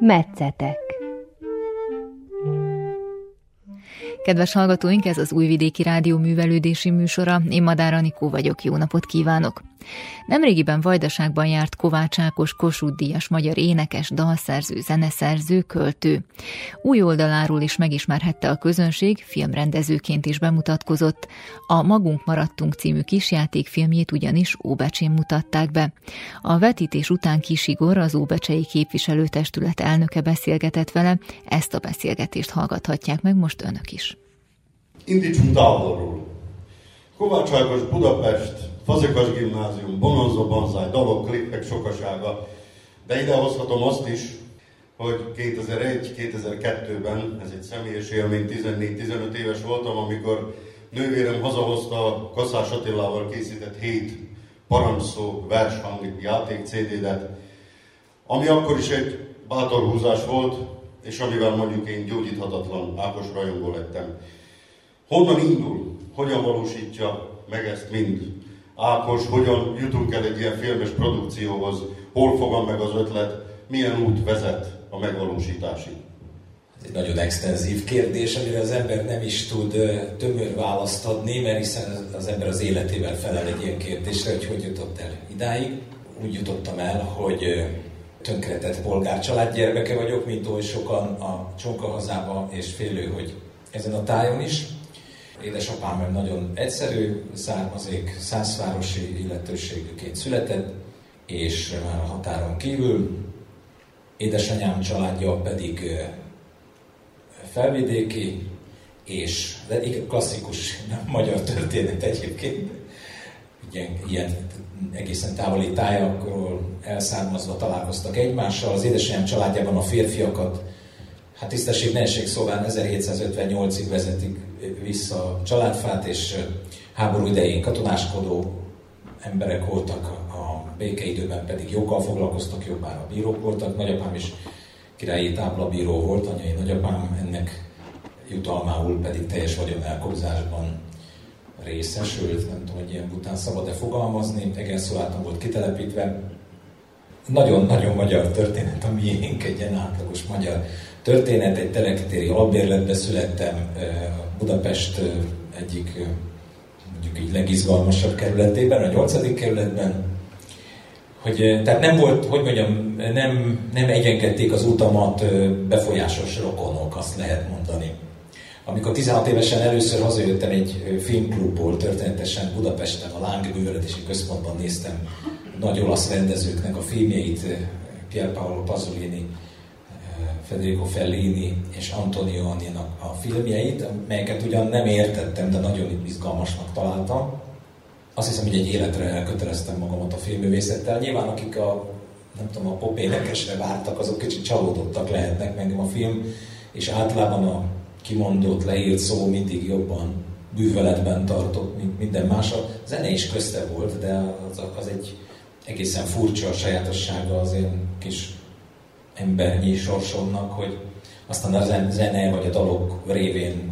Metszetek. Kedves hallgatóink, ez az Újvidéki Rádió művelődési műsora. Én Madár Anikó vagyok, jó napot kívánok! Nemrégiben Vajdaságban járt Kovács Ákos Kossuth-díjas magyar énekes, dalszerző, zeneszerző, költő. Új oldaláról is megismerhette a közönség, filmrendezőként is bemutatkozott. A Magunk maradtunk című kisjátékfilmjét ugyanis Óbecsén mutatták be. A vetítés után Kis Igor, az óbecsei képviselőtestület elnöke beszélgetett vele, ezt a beszélgetést hallgathatják meg most önök is. Indítsunk távolról. Kovács Ákos, Budapest, Fazekas Gimnázium, Bonanza Banzai, dalok, klippek sokasága. De idehozhatom azt is, hogy 2001-2002-ben, ez egy személyes élmény, 14-15 éves voltam, amikor nővérem hazahozta Kaszás Attilával készített 7 parancsszó vershang játék CD-det, ami akkor is egy bátor húzás volt, és amivel mondjuk én gyógyíthatatlan Ákos rajongó lettem. Honnan indul? Hogyan valósítja meg ezt mind Ákos? Hogyan jutunk el egy ilyen filmes produkcióhoz? Hol fogam meg az ötlet? Milyen út vezet a megvalósításig? Ez egy nagyon extenzív kérdés, amire az ember nem is tud tömör választ adni, mert hiszen az ember az életével felel egy ilyen kérdésre, hogy jutott el idáig. Úgy jutottam el, hogy tönkretett polgárcsalád gyermeke vagyok, mint oly sokan a Csonka és félő, hogy ezen a tájon is. Édesapám nagyon egyszerű származék, szászvárosi illetőségűként született, és már a határon kívül. Édesanyám családja pedig felvidéki, és klasszikus magyar történet egyébként. Ilyen egészen távoli tájakról elszármazva találkoztak egymással. Az édesanyám családjában a férfiakat, hát tisztességnenség szóval 1758-ig vezetik vissza a családfát, és háború idején katonáskodó emberek voltak, a békeidőben pedig joggal foglalkoztak, jobbára bírók voltak. Nagyapám is királyi táblabíró volt, anyai nagyapám, ennek jutalmául pedig teljes vagyonelkobzásban részesült, nem tudom, hogy ilyen bután szabad-e fogalmazni, Egerszóláton volt kitelepítve. Nagyon-nagyon magyar történet, a miénk, egy ilyen átlagos magyar történet, egy telekitéri albérletbe születtem, Budapest egyik mondjuk így legizgalmasabb kerületében, a 8. kerületben, tehát nem volt, hogy mondjam, nem egyenkedték az utamat befolyásos rokonok, azt lehet mondani. Amikor 16 évesen először hazajöttem egy filmklubból, történetesen Budapesten, a Láng Művelődési Központban néztem nagy olasz rendezőknek a filmjeit, Pier Paolo Pasolini, Federico Fellini és Antonioninak a filmjeit, melyeket ugyan nem értettem, de nagyon izgalmasnak találtam. Azt hiszem, hogy egy életre elköteleztem magamat a filmművészettel. Nyilván akik a popénekesre vártak, azok kicsit csalódottak lehetnek, meg a film, és általában a kimondott, leírt szó mindig jobban bűvöletben tartott, mint minden más. A zene is közte volt, de az egy egészen furcsa sajátossága az én kis embernyi sorsomnak, hogy aztán a zene vagy a dalok révén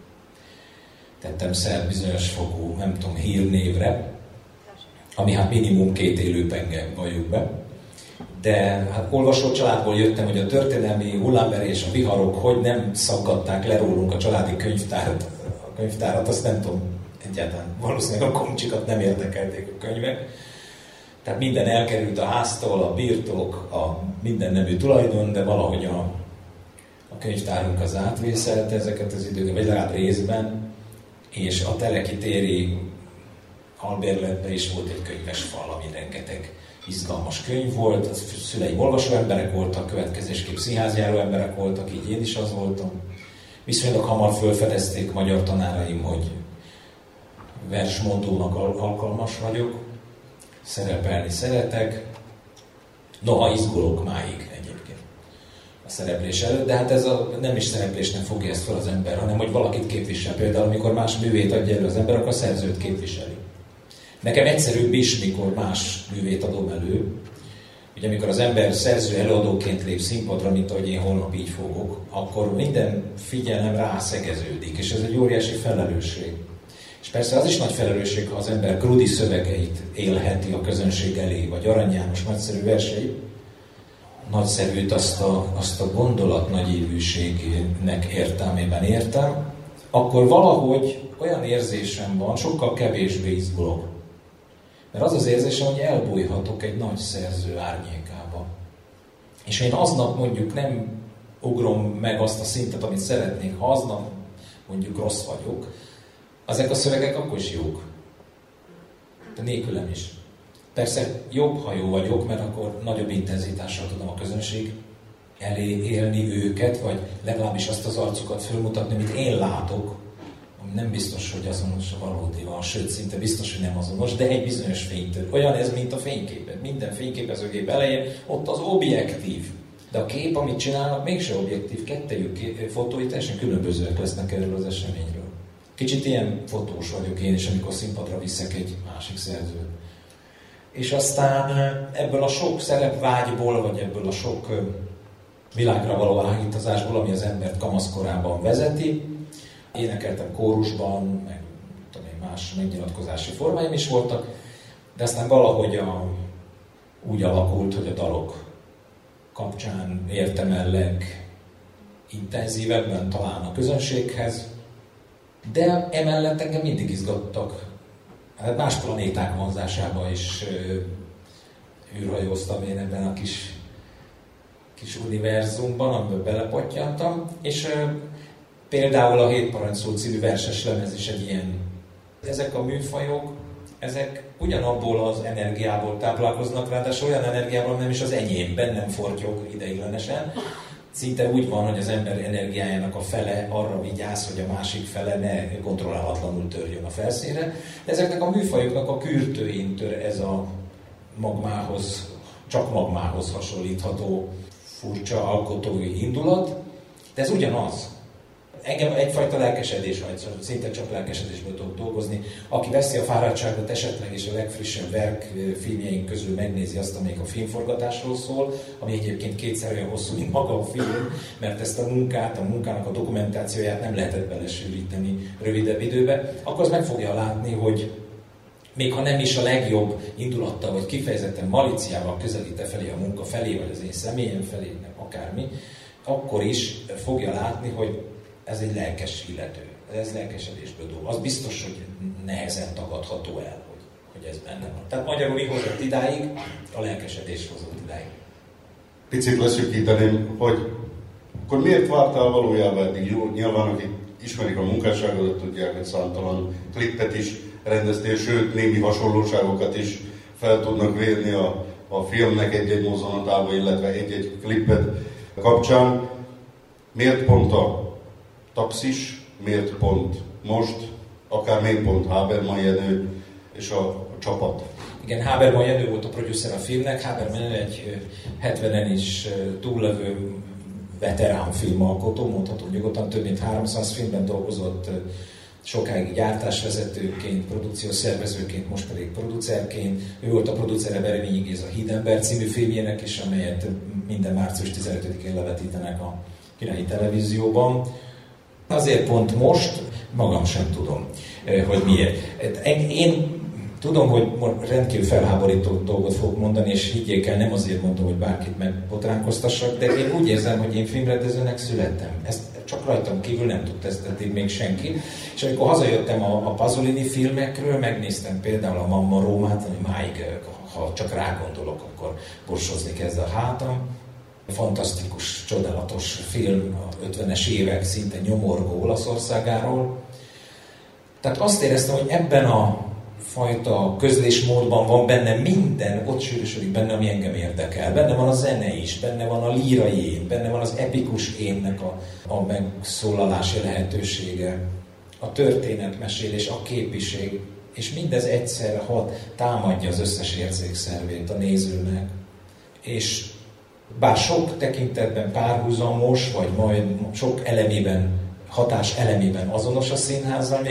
tettem szert bizonyos fokú, nem tudom, hírnévre, ami hát minimum 2 élőpenge, valljuk be. De hát olvasó családból jöttem, hogy a történelmi hullámverés, a viharok hogy nem szaggatták le rólunk a családi könyvtárat, azt nem tudom egyáltalán. Valószínűleg a komcsikat nem érdekelték a könyvek. Tehát minden elkerült a háztól, a birtok, a minden nemű tulajdon, de valahogy a könyvtárunk az átvészelte ezeket az időket, vagy legalább részben, és a telekitéri albérletben is volt egy könyves fal, ami rengeteg izgalmas könyv volt, a szüleim olvasó emberek voltak, következésképp színházjáró emberek voltak, így én is az voltam. Viszonylag hamar felfedezték magyar tanáraim, hogy versmondónak alkalmas vagyok, szerepelni szeretek, noha izgulok máig egyébként a szereplés előtt, de hát ez nem is szereplésnek fogja ezt fel az ember, hanem hogy valakit képvisel. Például amikor más művét adja elő az ember, akkor a szerzőt képviseli. Nekem egyszerűbb is, mikor más művét adom elő. Ugye amikor az ember szerző előadóként lép színpadra, mint ahogy én holnap így fogok, akkor minden figyelem rászegeződik, és ez egy óriási felelősség. És persze az is nagy felelősség, ha az ember Krudi szövegeit élheti a közönség elé, vagy Arany János nagyszerű verseit, nagyszerűt azt a gondolat nagyívűségének értelmében értem, akkor valahogy olyan érzésem van, sokkal kevésbé izgulok. Mert az az érzésem, hogy elbújhatok egy nagy szerző árnyékába. És én aznap mondjuk nem ugrom meg azt a szintet, amit szeretnék, ha aznap mondjuk rossz vagyok, ezek a szövegek akkor is jók. De nélkülem is. Persze jobb, ha jó vagyok, mert akkor nagyobb intenzitással tudom a közönség elé élni őket, vagy legalábbis azt az arcukat fölmutatni, amit én látok, ami nem biztos, hogy azonos a valódival, sőt, szinte biztos, hogy nem azonos, de egy bizonyos fénytől. Olyan ez, mint a fényképet. Minden fényképezőgép elején ott az objektív. De a kép, amit csinálnak, mégse objektív. Kettejük fotói teljesen különbözőek lesznek erről az eseményről. Kicsit ilyen fotós vagyok én is, amikor színpadra viszek egy másik szerzőt. És aztán ebből a sok szerepvágyból, vagy ebből a sok világra való áhítozásból, ami az embert kamaszkorában vezeti, énekeltem kórusban, meg tudom én, más megnyilatkozási formáim is voltak, de aztán valahogy úgy alakult, hogy a dalok kapcsán értem el legintenzívebben talán a közönséghez, de emellett engem mindig izgattak. Hát más planéták vonzásába is űrhajóztam én ebben a kis univerzumban, amiből belepottyantam, és például a 7 Parancsszó című verses lemez is egy ilyen. Ezek a műfajok, ezek ugyanabból az energiából táplálkoznak, ráadásul olyan energiából, nem is az enyém, bennem fortyog ideiglenesen. Szinte úgy van, hogy az ember energiájának a fele arra vigyáz, hogy a másik fele ne kontrollálhatlanul törjön a felszínre. De ezeknek a műfajoknak a kürtőin tör ez a magmához, csak magmához hasonlítható furcsa alkotói indulat, de ez ugyanaz. Engem egyfajta lelkesedés hagy, szinte csak lelkesedésből tudok dolgozni. Aki veszi a fáradtságot esetleg, és a legfrissebb filmjeink közül megnézi azt, amelyik a filmforgatásról szól, ami egyébként 2-szer olyan hosszú, mint maga a film, mert ezt a munkának a dokumentációját nem lehetett belesűríteni rövidebb időbe, akkor az meg fogja látni, hogy még ha nem is a legjobb indulattal, vagy kifejezetten malíciával közelít felé a munka felé, vagy az én személyem felé, akármi, akkor is fogja látni, hogy ez egy lelkes illető, ez lelkesedésből dolgozik. Az biztos, hogy nehezen tagadható el, hogy ez benne van. Tehát magyarul mi hozott idáig, a lelkesedés hozott idáig. Picit leszűkíteném, hogy akkor miért vártál valójában eddig? Jó, nyilván akik ismerik a munkásságodat, tudják, hogy számtalan klippet is rendeztél, sőt, némi hasonlóságokat is fel tudnak vérni a filmnek egy-egy mozzanatába, illetve egy-egy klippet kapcsán. Miért pont a Taxis, miért pont most, akár miért pont Habermann Jenő és a csapat? Igen, Habermann Jenő volt a producer a filmnek. Habermann Jenő egy 70-en is túllevő veterán filmalkotó, mondható nyugodtan, több mint 300 filmben dolgozott, sokáig gyártásvezetőként, produkciószervezőként, most pedig producerként. Ő volt a producere Bereményi Géza Hídember című filmjének is, amelyet minden március 15-én levetítenek a Királyi Televízióban. Azért pont most, magam sem tudom, hogy miért. Én tudom, hogy rendkívül felháborító dolgot fogok mondani, és higgyék el, nem azért mondom, hogy bárkit megbotránkoztassak, de én úgy érzem, hogy én filmrendezőnek születtem. Ezt csak rajtam kívül nem tudta ezt eddig még senki. És amikor hazajöttem a Pasolini filmekről, megnéztem például a Mamma Rómát, ami máig, ha csak rágondolok, akkor borsozni kezd a hátam. Fantasztikus, csodálatos film a 50-es évek szinte nyomorgó Olaszországáról. Tehát azt éreztem, hogy ebben a fajta közlésmódban van benne minden, ott sűrűsödik benne, ami engem érdekel. Benne van a zene is, benne van a lírai én, benne van az epikus énnek a megszólalási lehetősége, a történetmesélés, a képiség, és mindez egyszerre támadja az összes érzékszervét a nézőnek. És bár sok tekintetben párhuzamos, vagy majd sok elemében, hatás elemében azonos a színházzal,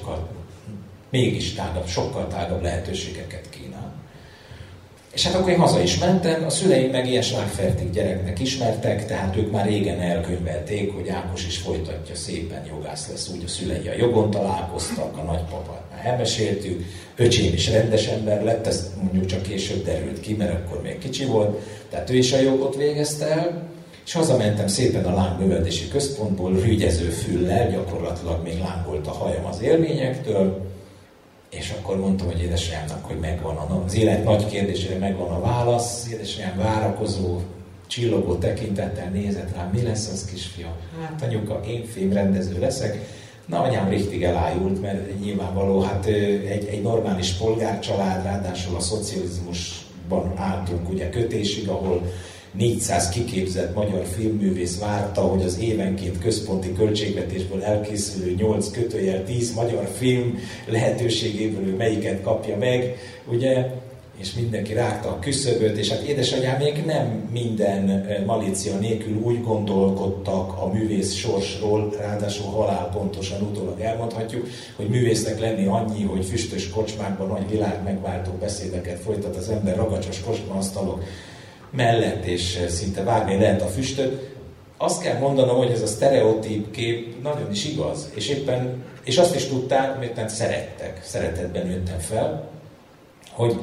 mégis tágabb, sokkal tágabb lehetőségeket kínál. És hát akkor én haza is mentem, a szüleim meg ilyen Schlagfertig gyereknek ismertek, tehát ők már régen elkönyvelték, hogy Ákos is folytatja, szépen jogász lesz, úgy a szülei a jogon találkoztak, a nagypapa elmeséltük. Öcsém is rendes ember lett, ezt mondjuk csak később derült ki, mert akkor még kicsi volt. Tehát ő is a jogot végezte el, és hazamentem szépen a lángművelési központból, rügyező füllel, gyakorlatilag még lángolt a hajam az élményektől, és akkor mondtam, hogy édesanyámnak, hogy megvan az élet nagy kérdésére megvan a válasz. Édesanyám várakozó, csillogó tekintettel nézett rám, mi lesz az kisfiam? Hát anyuka, én filmrendező leszek. Na, anyám richtig elájult, mert nyilvánvaló, hát egy normális polgárcsalád, ráadásul a szocializmusban álltunk ugye kötésig, ahol 400 kiképzett magyar filmművész várta, hogy az évenként központi költségvetésből elkészülő 8/10 magyar film lehetőségéből ő melyiket kapja meg, ugye? És mindenki rágta a küszöböt, és hát édesanyámék nem minden malícia nélkül úgy gondolkodtak a művész sorsról, ráadásul halálpontosan utólag elmondhatjuk, hogy művésznek lenni annyi, hogy füstös kocsmákban nagy világmegváltó beszédeket folytat az ember ragacsos kocsmaasztalok mellett, és szinte várni lehet a füstöt. Azt kell mondanom, hogy ez a sztereotíp kép nagyon is igaz, és azt is tudták, mert szerettek, szeretetben nőttem fel, hogy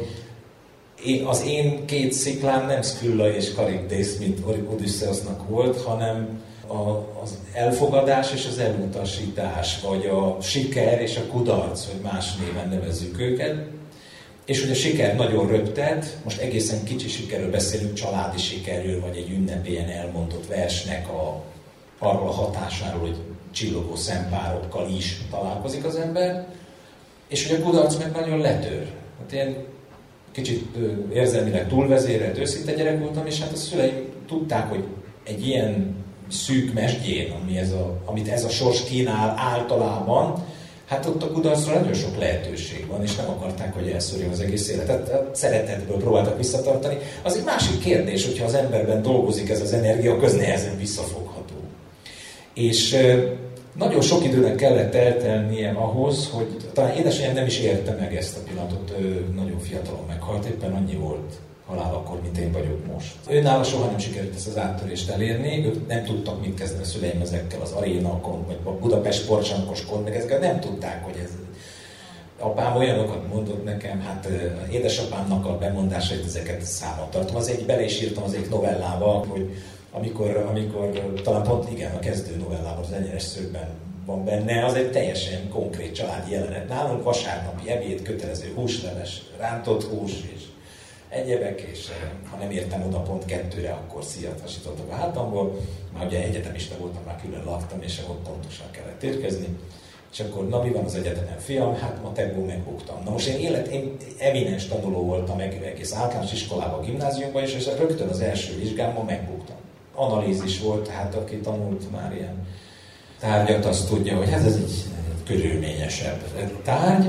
az én két sziklám nem Skylla és Charybdis, mint Odüsszeusznak volt, hanem az elfogadás és az elutasítás, vagy a siker és a kudarc, hogy más néven nevezzük őket. És hogy a siker nagyon röptet, most egészen kicsi sikerről beszélünk, családi sikerről, vagy egy ünnepélyen elmondott versnek arról a hatásáról, hogy csillogó szempárokkal is találkozik az ember, és hogy a kudarc meg nagyon letör. Hát én kicsit érzelmileg túlvezérelt, őszinte gyerek voltam, és hát a szüleim tudták, hogy egy ilyen szűk mesdjén, amit ez a sors kínál általában, hát ott a kudarcra nagyon sok lehetőség van, és nem akarták, hogy elszórjon az egész életet. Tehát szeretetből próbáltak visszatartani. Az egy másik kérdés, hogyha az emberben dolgozik ez az energia, akkor az nehezen visszafogható. És nagyon sok időnek kellett eltelnie ahhoz, hogy talán édesanyám nem is érte meg ezt a pillanatot, nagyon fiatalon meghalt, éppen annyi volt halálakor, mint én vagyok most. Őnála soha nem sikerült ezt az áttörést elérni, ők nem tudtak mit kezdeni a szüleim ezekkel az arénakon, vagy a Budapest sportcsankoskodni, meg ezekkel nem tudták, hogy ez... Apám olyanokat mondott nekem, hát édesapámnak a bemondásait, ezeket számon tartom. Az egy bele is írtam az egyik novellába, hogy amikor talán pont igen, a kezdő novellában, az Enyeres szőkben van benne, az egy teljesen konkrét családi jelenet. Nálunk vasárnapi ebéd, kötelező húsleves, rántott hús és egyebek, és ha nem értem oda pont 2-re, akkor szíjat hasítottak a hátamból. Már ugye egyetemista voltam, már külön laktam, és ott pontosan kellett érkezni. És akkor, na mi van az egyetemen, fiam? Hát matekból megbuktam. Na most én eminens tanuló voltam egész általános iskolában, gimnáziumban, és rögtön az első vizsgámon megbuktam. Analízis volt, hát aki tanult már ilyen tárgyat, azt tudja, hogy ez egy körülményesebb tárgy.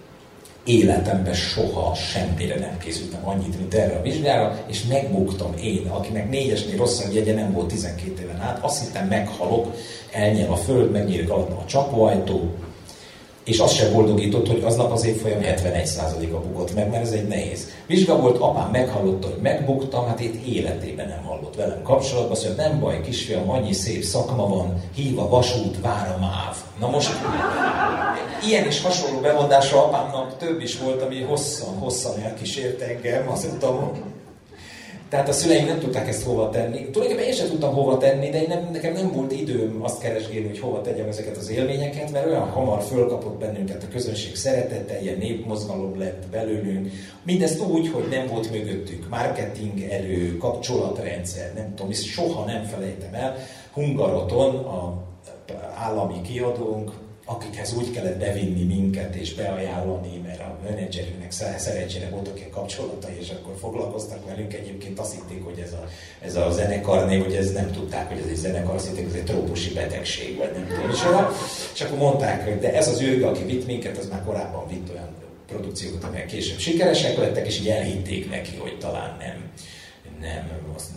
Életemben soha semmire nem készültem annyit, mint erre a vizsgára, és megbuktam én, akinek 4-esnél rosszabb jegye nem volt 12 éven át. Azt hittem, meghalok, elnyel a föld, megnyílik alattam a csapóajtó, és az sem boldogított, hogy aznap az évfolyam 71%-a bukott meg, mert ez egy nehéz vizsga volt. Apám meghallotta, hogy megbuktam, hát itt életében nem hallott velem kapcsolatban, azt mondja, nem baj, kisfiam, annyi szép szakma van, hív a vasút, vár a MÁV. Na most ilyen is hasonló bemondásra apámnak több is volt, ami hosszan elkísért engem az utamon. Tehát a szüleim nem tudták ezt hova tenni. Tulajdonképpen én sem tudtam hova tenni, de nekem nem volt időm azt keresgélni, hogy hova tegyem ezeket az élményeket, mert olyan hamar fölkapott bennünket a közönség szeretete, ilyen népmozgalom lett belőlünk. Mindezt úgy, hogy nem volt mögöttük marketing erő, kapcsolatrendszer, nem tudom, és soha nem felejtem el. Hungaroton, a állami kiadónk, akikhez úgy kellett bevinni minket és beajánlani, mert a menedzserünknek szerencsére voltak ilyen kapcsolatai, és akkor foglalkoztak velünk. Egyébként azt hitték, hogy ez a zenekarné, hogy ez nem tudták, hogy ez egy zenekar, azt hitték, hogy ez egy trópusi betegség, vagy nem tudom is oda. És akkor mondták, hogy de ez az őge, aki vitt minket, az már korábban vitt olyan produkciókat, amelyek később sikeresek lettek, és így elhitték neki, hogy talán nem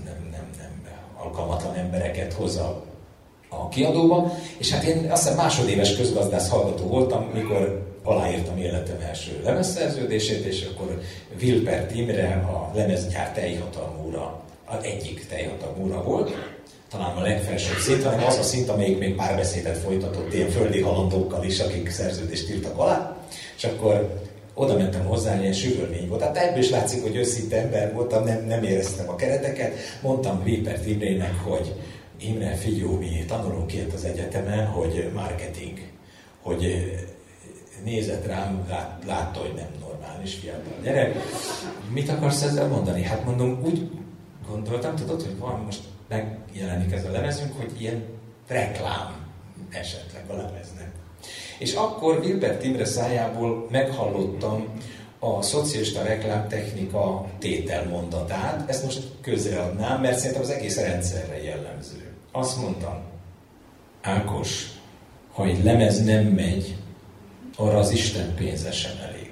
alkalmatlan embereket hoz a kiadóba, és hát én azt hiszem másodéves közgazdász hallgató voltam, mikor aláírtam életem első lemezszerződését, és akkor Wilpert Imre a lemezgyár teljhatalmú ura, az egyik teljhatalmú ura volt, talán a legfelsőbb szint, hanem az a szint, amelyik még párbeszédet folytatott ilyen földi halandókkal is, akik szerződést írtak alá. És akkor oda mentem hozzá, ilyen süvölmény volt. Hát ebből is látszik, hogy őszinte ember voltam, nem éreztem a kereteket. Mondtam Vépert Imrének, hogy Imre, figyelj, mi tanulunk ilyet az egyetemen, hogy marketing. Hogy nézett rám, látta, hogy nem normális fiatal gyerek. Mit akarsz ezzel mondani? Hát mondom, úgy gondoltam, tudod, hogy van most megjelenik ez a lemezünk, hogy ilyen reklám esetleg a lemeznek. És akkor Vépert Imre szájából meghallottam a szocialista reklámtechnika tételmondatát. Ezt most közreadnám, mert szerintem az egész rendszerre jellemző. Azt mondtam, Ákos, ha egy lemez nem megy, arra az Isten pénze sem elég.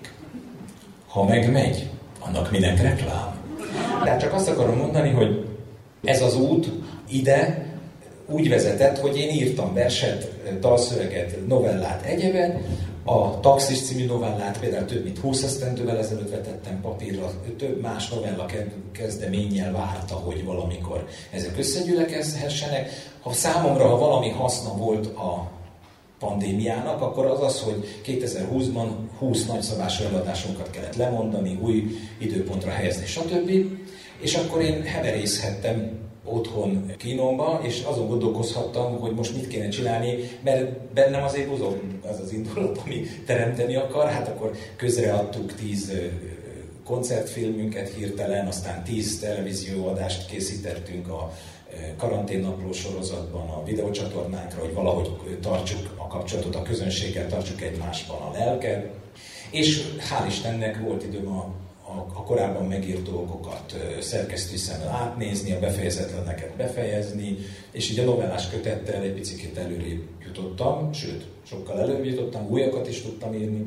Ha megmegy, annak minek reklám? De csak azt akarom mondani, hogy ez az út ide úgy vezetett, hogy én írtam verset, dalszöveget, novellát, egyebet. A Taxis című novellát például több mint 20 esztendővel ezelőtt vetettem papírra, több más novella kezdeménnyel várta, hogy valamikor ezek összegyülekezhessenek. Ha valami haszna volt a pandémiának, akkor az, hogy 2020-ban 20 nagyszabású eladásunkat kellett lemondani, új időpontra helyezni, stb. És akkor én heverészhettem otthon kínomba, és azon gondolkozhattam, hogy most mit kéne csinálni, mert bennem azért mozog az az indulat, ami teremteni akar. Hát akkor közreadtuk 10 koncertfilmünket hirtelen, aztán 10 televízióadást készítettünk a karanténnapló sorozatban, a videócsatornánkra, hogy valahogy tartsuk a kapcsolatot a közönséggel, tartsuk egymásban a lelket. És hál' Istennek volt időm a korábban megírt dolgokat szerkesztői szemmel átnézni, a befejezetleneket befejezni, és így a novellás kötettel egy picit előrébb jutottam, sőt, sokkal előbb jutottam, újakat is tudtam írni.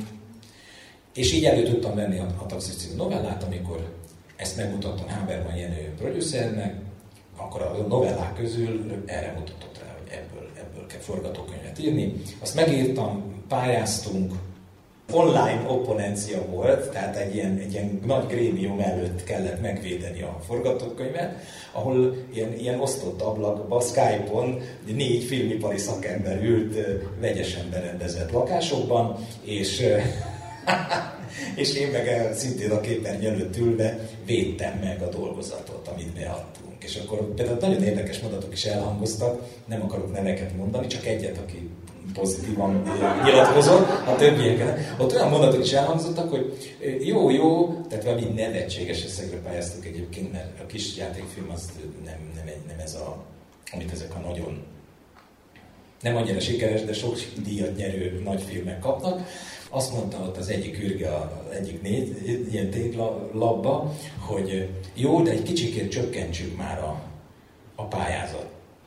És így elő tudtam venni a Taxis című novellát, amikor ezt megmutattam Haberman Jenő producernek, akkor a novellák közül erre mutatott rá, hogy ebből kell forgatókönyvet írni. Azt megírtam, pályáztunk, online opponencia volt, tehát egy ilyen nagy grémium előtt kellett megvédeni a forgatókönyvet, ahol ilyen osztott ablakban, Skype-on 4 filmipari szakember ült vegyesen berendezett lakásokban, és én meg szintén a képernyő előtt ülve védtem meg a dolgozatot, amit beadtunk. És akkor például nagyon érdekes mondatok is elhangoztak, nem akarok neveket mondani, csak egyet, aki pozitívan nyilatkozott, a többiekkel. Ott olyan mondatok is elhangzottak, hogy jó, tehát valami nevetséges összegre pályáztuk egyébként, mert a kis játékfilm az nem ez amit ezek a nagyon nem annyira sikeres, de sok díjat nyerő nagy filmek kapnak. Azt mondta ott az egyik ürge, egyik ilyen téglapba, hogy jó, de egy kicsikét csökkentsük már a pályázat,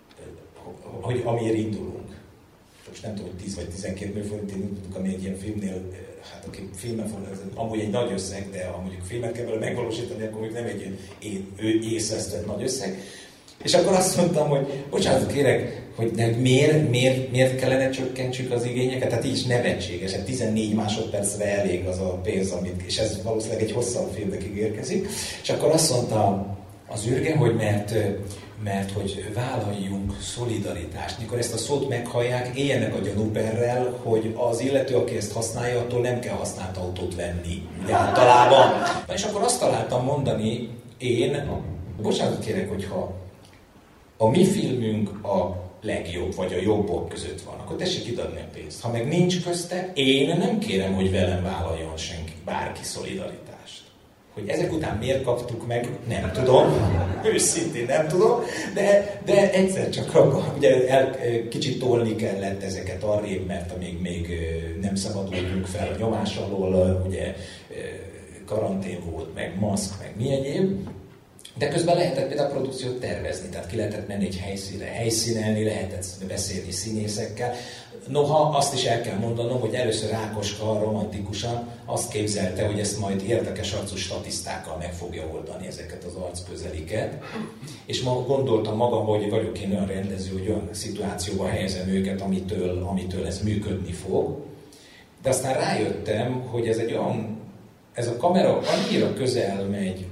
hogy amiért indulunk. Most nem tudom, hogy 10 vagy 12 millió forint indultunk, ami egy ilyen filmnél, hát aki filmen fog, ez amúgy egy nagy összeg, de ha mondjuk filmet kell vele megvalósítani, akkor még nem egy észrevett nagy összeg. És akkor azt mondtam, hogy bocsánat kérek, hogy de miért kellene csökkentsük az igényeket? Tehát így is nevetséges, 14 másodpercre elég az a pénz, és ez valószínűleg egy hosszabb filmekig érkezik. És akkor azt mondta az ürge, hogy mert hogy vállaljunk szolidaritást. Mikor ezt a szót meghallják, éljenek a gyanúperrel, hogy az illető, aki ezt használja, attól nem kell használt autót venni. Ugye általában. Na és akkor azt találtam mondani én, bocsánat kérek, hogyha a mi filmünk a legjobb, vagy a jobbok között van, akkor tessék idadni a pénzt. Ha meg nincs közte, én nem kérem, hogy velem vállaljon senki, bárki szolidaritást. Hogy ezek után miért kaptuk meg, nem tudom, őszintén nem tudom, de egyszer csak ugye kicsit tolni kellett ezeket arrébb, mert még nem szabadultunk fel a nyomás alól, ugye karantén volt, meg maszk, meg mi egyéb. De közben lehetett például a produkciót tervezni, tehát ki lehetett menni egy helyszínre, helyszínelni, lehetett beszélni színészekkel. Noha azt is el kell mondanom, hogy először Ákoska romantikusan azt képzelte, hogy ezt majd érdekes arcú statisztákkal meg fogja oldani ezeket az arcközeliket. És gondoltam magam, hogy vagyok én olyan rendező, hogy olyan szituációba helyezem őket, amitől ez működni fog. De aztán rájöttem, hogy ez a kamera annyira közel megy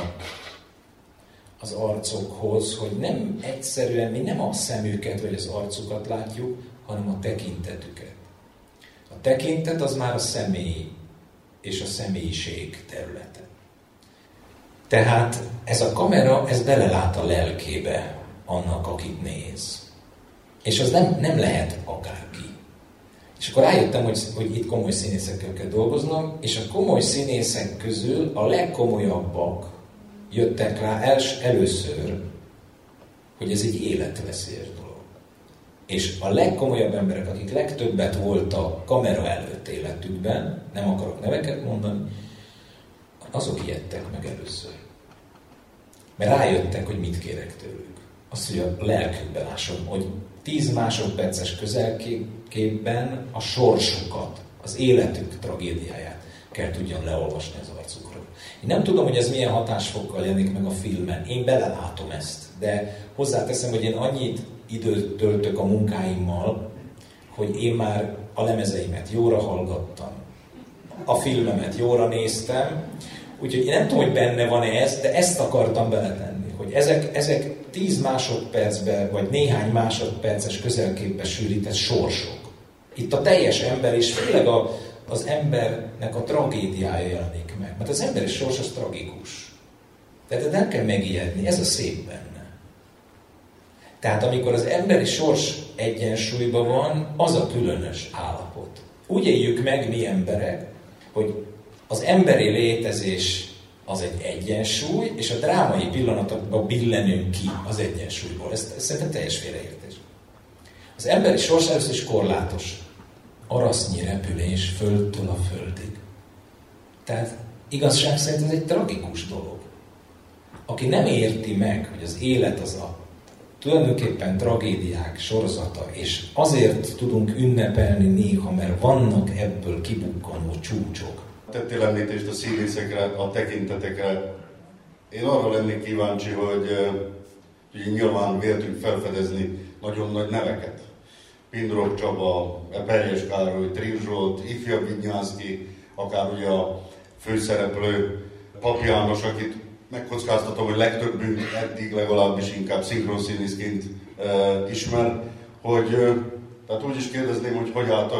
az arcokhoz, hogy nem egyszerűen, mi nem a szemüket vagy az arcukat látjuk, hanem a tekintetüket. A tekintet az már a személy és a személyiség területe. Tehát ez a kamera, ez belelát a lelkébe annak, akit néz. És az nem lehet akárki. És akkor rájöttem, hogy itt komoly színészekkel kell dolgoznom, és a komoly színészek közül a legkomolyabbak jöttek rá először, hogy ez egy életveszélyes dolog. És a legkomolyabb emberek, akik legtöbbet voltak kamera előtt életükben, nem akarok neveket mondani, azok ijedtek meg először. Mert rájöttek, hogy mit kérek tőlük. Azt, hogy a lelkükbe lássam, hogy 10 másodperces közelképben a sorsukat, az életük tragédiáját kell tudjam leolvasni az arcukról. Én nem tudom, hogy ez milyen hatásfokkal jelenik meg a filmen. Én belelátom ezt, de hozzáteszem, hogy én annyit időt töltök a munkáimmal, hogy én már a lemezeimet jóra hallgattam, a filmemet jóra néztem, úgyhogy én nem tudom, hogy benne van ez, de ezt akartam beletenni, hogy ezek 10 másodpercben, vagy néhány másodperces közelképbe sűrített sorsok. Itt a teljes ember, és főleg az embernek a tragédiája jelenik meg. Mert az emberi sors az tragikus. Tehát nem kell megijedni, ez a szép benne. Tehát amikor az emberi sors egyensúlyban van, az a különös állapot. Úgy éljük meg mi emberek, hogy az emberi létezés az egy egyensúly, és a drámai pillanatokban billenünk ki az egyensúlyból. Ez szerintem teljes félreértés. Az emberi sors először is korlátos. Arasznyi repülés földtől a földig. Tehát igazság szerint ez egy tragikus dolog. Aki nem érti meg, hogy az élet az a tulajdonképpen tragédiák sorozata, és azért tudunk ünnepelni néha, mert vannak ebből kibukkanó csúcsok. Tettél említést a színészekre, a tekintetekre. Én arra lennék kíváncsi, hogy nyilván véltünk felfedezni nagyon nagy neveket. Pindrok Csaba, Eperjes Károly, Trill Zsolt, Ifjabb Vignyánszky, akár ugye a főszereplő Pap János, akit megkockáztatom, hogy legtöbbünk eddig legalábbis inkább szinkronszínészként ismer, tehát úgy is kérdezném, hogy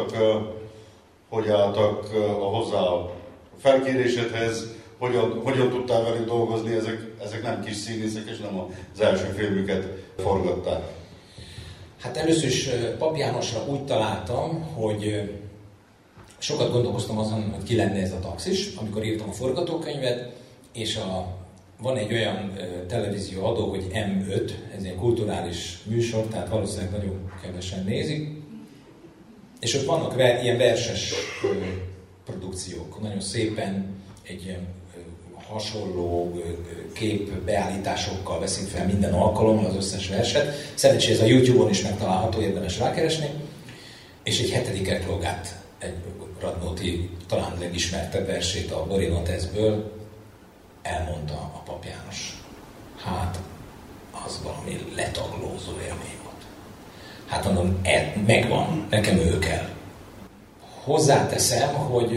hogy álltak hozzá a felkérésedhez, hogyan tudtál velük dolgozni, ezek nem kis színészek, és nem az első filmüket forgatták. Hát először is Pap Jánosra úgy találtam, hogy sokat gondolkoztam azon, hogy ki lenne ez a taxis, amikor írtam a forgatókönyvet, és van egy olyan televízióadó, hogy M5, ez egy kulturális műsor, tehát valószínűleg nagyon kevesen nézik, és ott vannak ilyen verses produkciók, nagyon szépen egy ilyen hasonló képbeállításokkal veszik fel minden alkalommal az összes verset. Szerencsére ez a YouTube-on is megtalálható, érdemes rákeresni. És egy 7. eklogát, egy Radnóti talán legismertebb versét a Borinoteszből elmondta a Pap János. Hát, az valami letaglózó élmény volt. Hát mondom, megvan, nekem ő kell. Hozzáteszem, hogy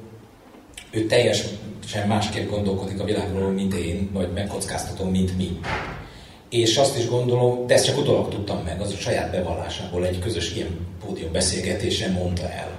ő teljesen másképp gondolkodik a világról, mint én, vagy megkockáztatom, mint mi. És azt is gondolom, de ezt csak utólag tudtam meg, az a saját bevallásából egy közös ilyen pódium beszélgetésen mondta el,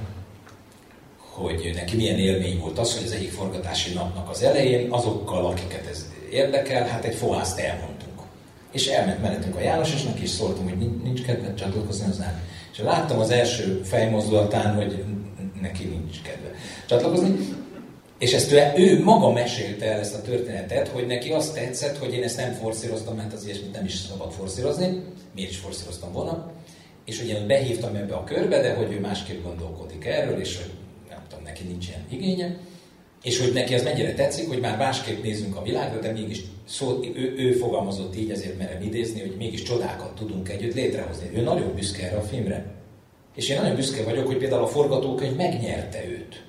hogy neki milyen élmény volt az, hogy az egyik forgatási napnak az elején azokkal, akiket ez érdekel, hát egy fohászt elmondtunk. És elment mellettünk a János, és neki is szóltam, hogy nincs kedve csatlakozni hozzá. És láttam az első fejmozdulatán, hogy neki nincs kedve csatlakozni. És ezt ő maga mesélte el ezt a történetet, hogy neki azt tetszett, hogy én ezt nem forszíroztam, mert az ilyesmit nem is szabad forszírozni, miért is forszíroztam volna. És hogy én behívtam ebbe a körbe, de hogy ő másképp gondolkodik erről, és hogy nem tudom, neki nincs ilyen igénye. És hogy neki az mennyire tetszik, hogy már másképp nézzünk a világra, de mégis ő fogalmazott így, ezért merem idézni, hogy mégis csodákat tudunk együtt létrehozni. Ő nagyon büszke erre a filmre. És én nagyon büszke vagyok, hogy például a forgatókönyv megnyerte őt.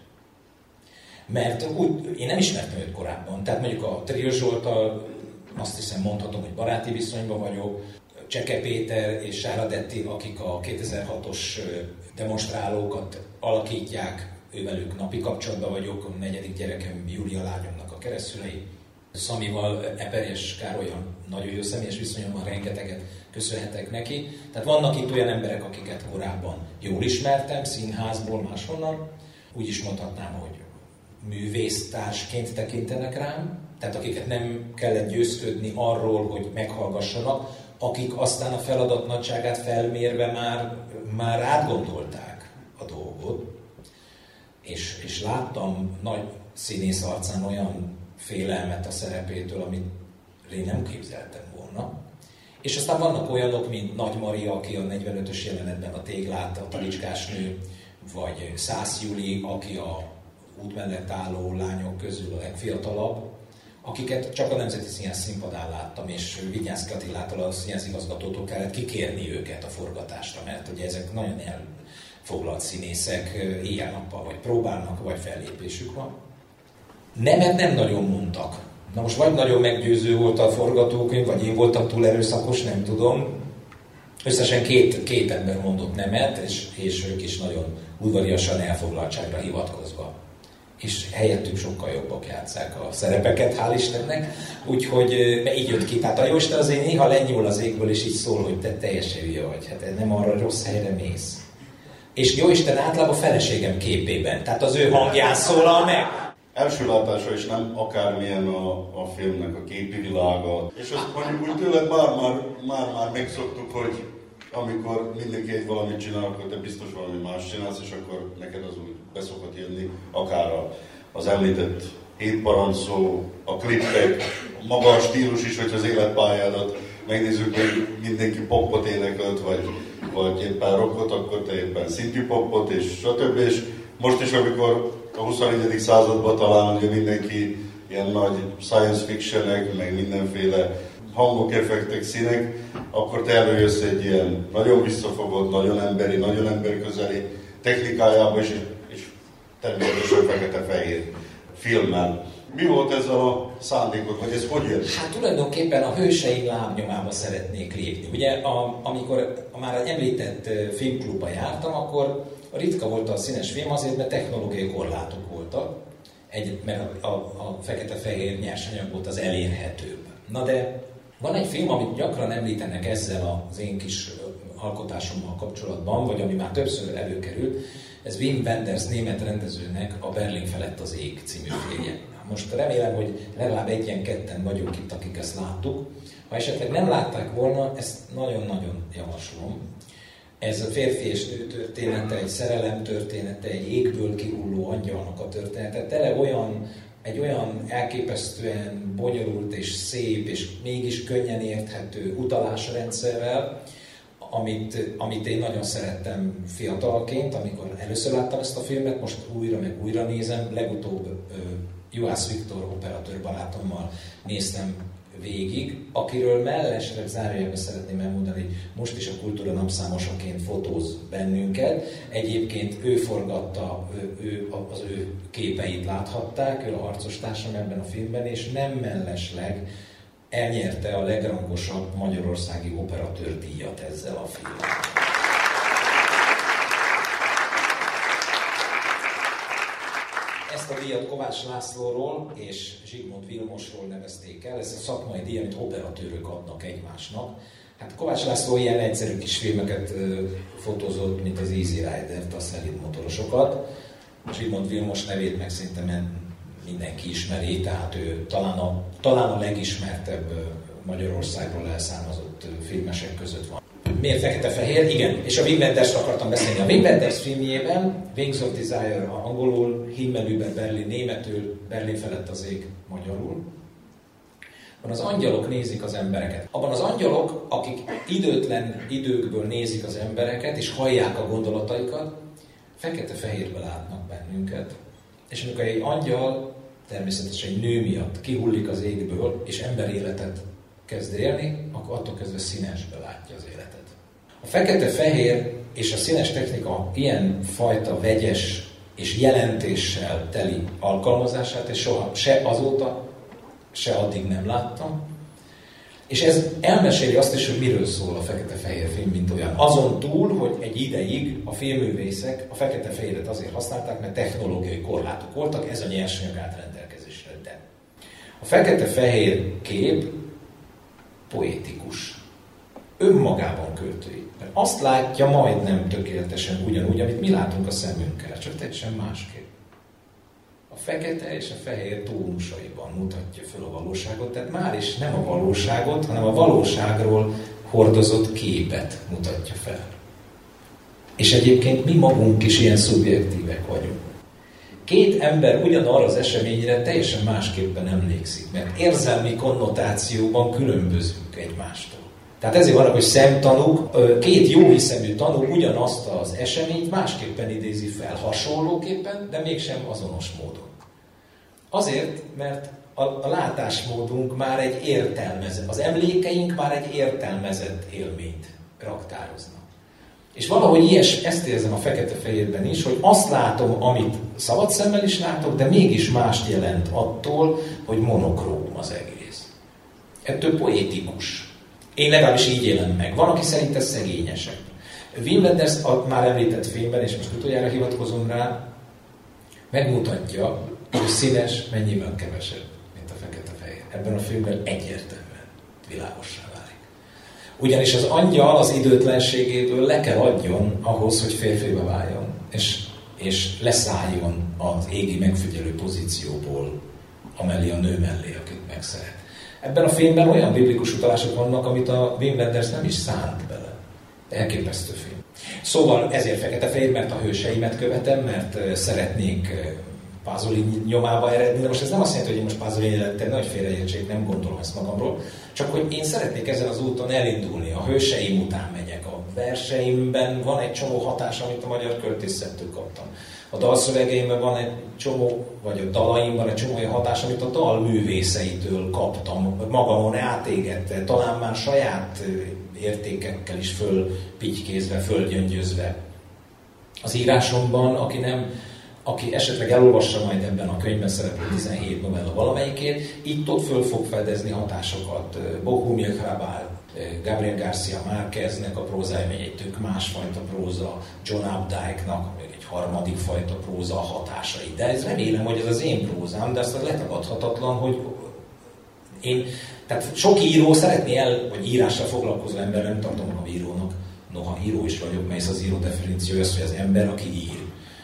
Mert én nem ismertem őt korábban. Tehát mondjuk a Trill Zsolttal azt hiszem mondhatom, hogy baráti viszonyban vagyok. Cseke Péter és Sára Detti, akik a 2006-os demonstrálókat alakítják, ővelük napi kapcsolatban vagyok, a 4. gyerekem Júlia lányomnak a keresztszülei. Szamival, Eperjes Károllyal nagyon jó személyes viszonyom van, rengeteget köszönhetek neki. Tehát vannak itt olyan emberek, akiket korábban jól ismertem, színházból, máshonnan. Úgy is mondhatnám, hogy művésztársként tekintenek rám, tehát akiket nem kellett győzködni arról, hogy meghallgassanak, akik aztán a feladat nagyságát felmérve már átgondolták a dolgot, és láttam nagy színész arcán olyan félelmet a szerepétől, amit én nem képzeltem volna. És aztán vannak olyanok, mint Nagy Maria, aki a 45-ös jelenetben a Téglát, a talicskás nő, vagy Szász Juli, aki a út mellett álló lányok közül a legfiatalabb, akiket csak a Nemzeti Színház színpadán láttam, és Vigyánszky Attilától, a színházigazgatótól kellett kikérni őket a forgatásra, mert ugye ezek nagyon elfoglalt színészek, éjjel-nappal vagy próbálnak, vagy fellépésük van. Nemet nem nagyon mondtak. Na most vagy nagyon meggyőző volt a forgatókönyv, vagy én voltam túl erőszakos, nem tudom. Összesen két ember mondott nemet, és ők is nagyon udvariasan elfoglaltságra hivatkozva. És helyettük sokkal jobbak játsszák a szerepeket, hál' Istennek. Úgyhogy így jött ki. Tehát a Jóisten azért néha lenyúl az égből, és így szól, hogy te teljesen hülye vagy. Hát nem arra rossz helyre mész. És Jóisten általában a feleségem képében. Tehát az ő hangján szólal meg. Első látásra is nem akármilyen a filmnek a képi világa. És azt mondjuk úgy tőled már megszoktuk, hogy amikor mindenki egy valamit csinál, akkor te biztos valami más csinálsz, és akkor neked az úgy beszokott jönni, akár az említett 7 parancsszó, a klippek, maga a stílus is, hogy az életpályádat megnézzük, hogy mindenki popot énekelt, vagy éppen rockot, akkor te éppen szintű popot, és stb. És most is, amikor a 21. században talán ugye mindenki ilyen nagy science fictionek, meg mindenféle hangok, effektek, színek, akkor te előjössz egy ilyen nagyon visszafogott, nagyon emberi, nagyon emberközeli technikájába is, és természetesen fekete-fehér filmmel. Mi volt ezzel a szándékod, vagy ez hogy jött? Hát tulajdonképpen a hőseim lábnyomába szeretnék lépni. Ugye amikor már említett filmklubba jártam, akkor ritka volt a színes film azért, mert technológiai korlátok voltak, mert a fekete-fehér nyersanyag volt az elérhetőbb. Na de van egy film, amit gyakran említenek ezzel az én kis alkotásommal kapcsolatban, vagy ami már többször előkerült, ez Wim Wenders német rendezőnek a Berlin felett az ég című filmje. Most remélem, hogy legalább egyen-ketten vagyunk itt, akik ezt láttuk. Ha esetleg nem látták volna, ezt nagyon-nagyon javaslom. Ez a férfi és nő története, egy szerelem története, egy égből kihulló angyalnak a története, tele egy olyan elképesztően bonyolult és szép, és mégis könnyen érthető utalásrendszerrel, amit én nagyon szerettem fiatalként, amikor először láttam ezt a filmet, most újra nézem, legutóbb Juhász Viktor operatőr barátommal néztem végig, akiről mellesleg zárójelben szeretném elmondani, hogy most is a Kultúra napszámosaként fotóz bennünket. Egyébként ő forgatta, az ő képeit láthatták, ő a harcostársam ebben a filmben, és nem mellesleg elnyerte a legrangosabb magyarországi operatőrdíjat ezzel a filmmel. Ezt a díjat Kovács Lászlóról és Zsigmond Vilmosról nevezték el, ez a szakmai díj, amit operatőrök adnak egymásnak. Hát Kovács László ilyen egyszerű kis filmeket fotózott, mint az Easy Rider-t, a szelíd motorosokat. Zsigmond Vilmos nevét meg szerintem mindenki ismeri, tehát ő talán a legismertebb Magyarországról elszármazott filmesek között van. Miért fekete-fehér? Igen, és a Wim Wenders akartam beszélni. A Wim Wenders filmjében, Wings of Desire angolul, Himmel über Berlin németül, Berlin felett az ég magyarul. Abban az angyalok nézik az embereket. Abban az angyalok, akik időtlen időkből nézik az embereket, és hallják a gondolataikat, fekete-fehérbe látnak bennünket. És amikor egy angyal, természetesen egy nő miatt kihullik az égből, és emberéletet kezd élni, akkor attól kezdve színesbe látja az életet. A fekete-fehér és a színes technika ilyen fajta vegyes és jelentéssel teli alkalmazását, és soha se azóta, se addig nem láttam. És ez elmeséli azt is, hogy miről szól a fekete-fehér film, mint olyan. Azon túl, hogy egy ideig a filmművészek a fekete-fehéret azért használták, mert technológiai korlátok voltak, ez a nyersanyag állt rendelkezésre. De a fekete-fehér kép poétikus. Önmagában költői. Mert azt látja majdnem tökéletesen ugyanúgy, amit mi látunk a szemünkkel, csak teljesen másképp. A fekete és a fehér tónusaiban mutatja föl a valóságot, tehát már is nem a valóságot, hanem a valóságról hordozott képet mutatja fel. És egyébként mi magunk is ilyen szubjektívek vagyunk. Két ember ugyanarra az eseményre teljesen másképpen emlékszik, mert érzelmi konnotációban különbözünk egymástól. Tehát ezért vannak, hogy szemtanúk, két jóhiszemű tanú ugyanazt az eseményt másképpen idézi fel, hasonlóképpen, de mégsem azonos módon. Azért, mert a látásmódunk már egy értelmezett, az emlékeink már egy értelmezett élményt raktároznak. És valahogy ezt érzem a fekete-fehérben is, hogy azt látom, amit szabad szemmel is látok, de mégis mást jelent attól, hogy monokróm az egész. Ettől poétikus. Én legalábbis így élem meg. Van, aki szerint ez szegényesebb. Wim Wenders a már említett filmben, és most utoljára hivatkozom rá, megmutatja, hogy színes mennyivel kevesebb, mint a fekete-fehér. Ebben a filmben egyértelműen világossá válik. Ugyanis az angyal az időtlenségéből le kell adjon ahhoz, hogy férfibe váljon, és leszálljon az égi megfigyelő pozícióból amellé a nő mellé, akit megszeret. Ebben a filmben olyan biblikus utalások vannak, amit a Wim Wenders nem is szánt bele. Elképesztő film. Szóval ezért fekete-fehér, mert a hőseimet követem, mert szeretnék Pasolini nyomába eredni, de most ez nem azt jelenti, hogy én most Pasolini lettem, nagy félreértsék, nem gondolom ezt magamról, csak hogy én szeretnék ezen az úton elindulni, a hőseim után megyek, a verseimben van egy csomó hatás, amit a magyar költészettől kaptam. A dalszövegeimben van egy csomó, vagy a dalaimban egy csomó olyan hatás, amit a dal művészeitől kaptam, magamon átégette, talán már saját értékekkel is fölpitykézve, fölgyöngyözve. Az írásomban, aki esetleg elolvassa majd ebben a könyvben szereplő 17 novella valamelyikét, itt-ott föl fog fedezni hatásokat. Bohumil Hrabal, Gabriel García Márqueznek a prózája, egy tök másfajta próza, John Updike-nak egy harmadik fajta próza hatásai. De ez remélem, hogy ez az én prózám, de azt letagadhatatlan, hogy tehát sok író szeretné vagy írással foglalkozó ember, nem tartom magam írónak, noha író is vagyok, mert az író definíciója az, hogy az ember, aki ír.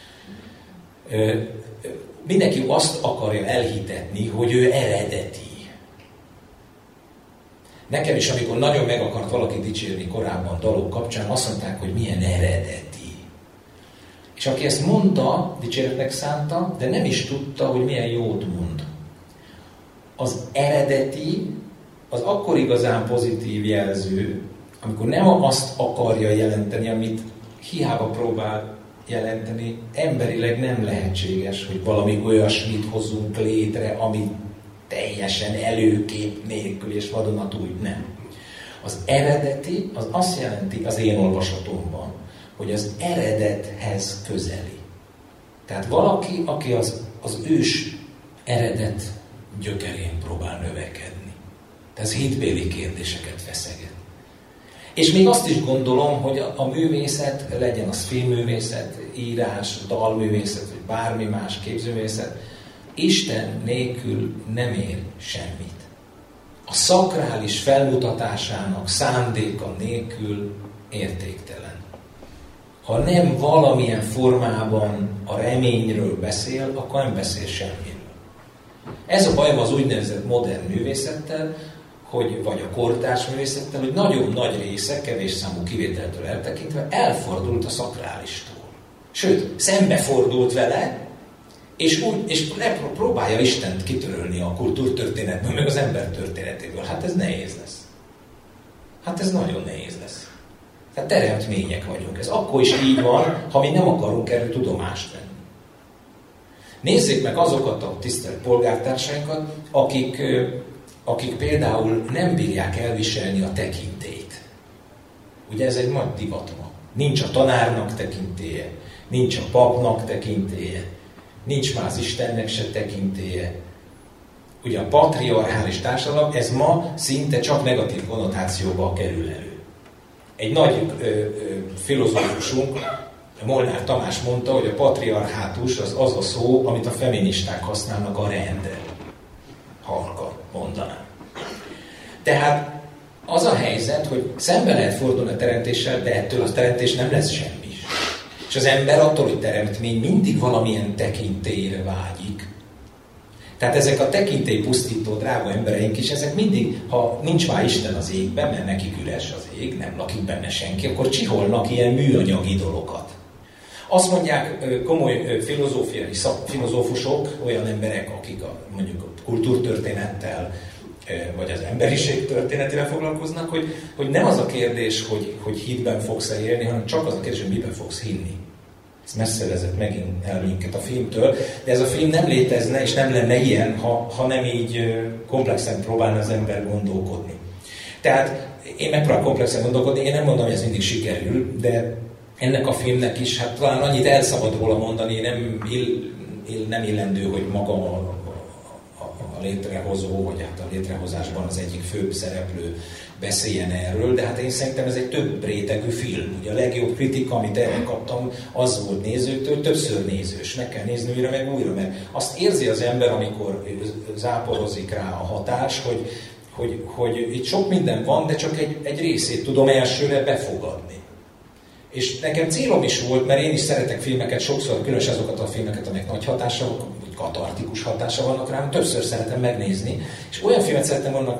Mindenki azt akarja elhitetni, hogy ő eredeti. Nekem is, amikor nagyon meg akart valaki dicsérni korábban dalok kapcsán, azt mondták, hogy milyen eredeti. És aki ezt mondta, dicséretnek szánta, de nem is tudta, hogy milyen jót mond. Az eredeti, az akkor igazán pozitív jelző, amikor nem azt akarja jelenteni, amit hiába próbál jelenteni, emberileg nem lehetséges, hogy valami olyasmit hozzunk létre, ami teljesen előkép nélkül és vadonatúj, nem. Az eredeti, az azt jelenti az én olvasatomban, hogy az eredethez közeli. Tehát valaki, aki az ős eredet gyökerén próbál növekedni. Tehát ez hitbéli kérdéseket feszeget. És még azt is gondolom, hogy a művészet, legyen az filmművészet, írás, dalművészet, vagy bármi más képzőművészet, Isten nélkül nem ér semmit. A szakrális felmutatásának szándéka nélkül értéktelen. Ha nem valamilyen formában a reményről beszél, akkor nem beszél semmiről. Ez a bajom az úgynevezett modern művészettel, vagy a kortárs művészettel, hogy nagyon nagy része, kevés számú kivételtől eltekintve, elfordult a szakrálistól. Sőt, szembefordult vele, és próbálja Istent kitörölni a kultúrtörténetből, meg az ember történetéből. Hát ez nehéz lesz. Hát ez nagyon nehéz lesz. Tehát teremtmények vagyunk. Ez akkor is így van, ha mi nem akarunk erről tudomást venni. Nézzék meg azokat a tisztelt polgártársainkat, akik például nem bírják elviselni a tekintélyt. Ugye ez egy nagy divat ma. Nincs a tanárnak tekintélye, nincs a papnak tekintélye, nincs már az Istennek se tekintélye. Ugye a patriarchális társadalom, ez ma szinte csak negatív konnotációba kerül elő. Egy nagy filozófusunk, Molnár Tamás mondta, hogy a patriarhátus az a szó, amit a feministák használnak a rendre. Halka mondanám. Tehát az a helyzet, hogy szembe lehet fordulni a teremtéssel, de ettől a teremtés nem lesz semmi. És az ember attól, hogy teremtmény mindig valamilyen tekintélyre vágyik, Tehát ezek a tekintélypusztító drága embereink is, ezek mindig, ha nincs már Isten az égben, mert nekik üres az ég, nem lakik benne senki, akkor csiholnak ilyen műanyagi dolgokat. Azt mondják komoly filozófusok, olyan emberek, akik mondjuk a kultúrtörténettel, vagy az emberiség történetével foglalkoznak, hogy nem az a kérdés, hogy hitben fogsz-e élni, hanem csak az a kérdés, hogy miben fogsz hinni. Ez messze vezet megint el minket a filmtől, de ez a film nem létezne, és nem lenne ilyen, ha nem így komplexen próbálna az ember gondolkodni. Tehát én megpróbálok komplexen gondolkodni, én nem mondom, hogy ez mindig sikerül, de ennek a filmnek is, hát talán annyit elszabad róla mondani, nem illendő, hogy maga a létrehozó, vagy hát a létrehozásban az egyik főbb szereplő beszéljen erről, de hát én szerintem ez egy több rétegű film. Ugye a legjobb kritika, amit erre kaptam, az volt nézőtől, többször nézős. Meg kell nézni újra, meg újra, mert azt érzi az ember, amikor záporozik rá a hatás, hogy itt sok minden van, de csak egy részét tudom elsőre befogadni. És nekem célom is volt, mert én is szeretek filmeket, sokszor, különösen azokat a filmeket, amelyek nagy hatása, vagy katartikus hatása vannak rám, többször szeretem megnézni, és olyan filmet szeretem volna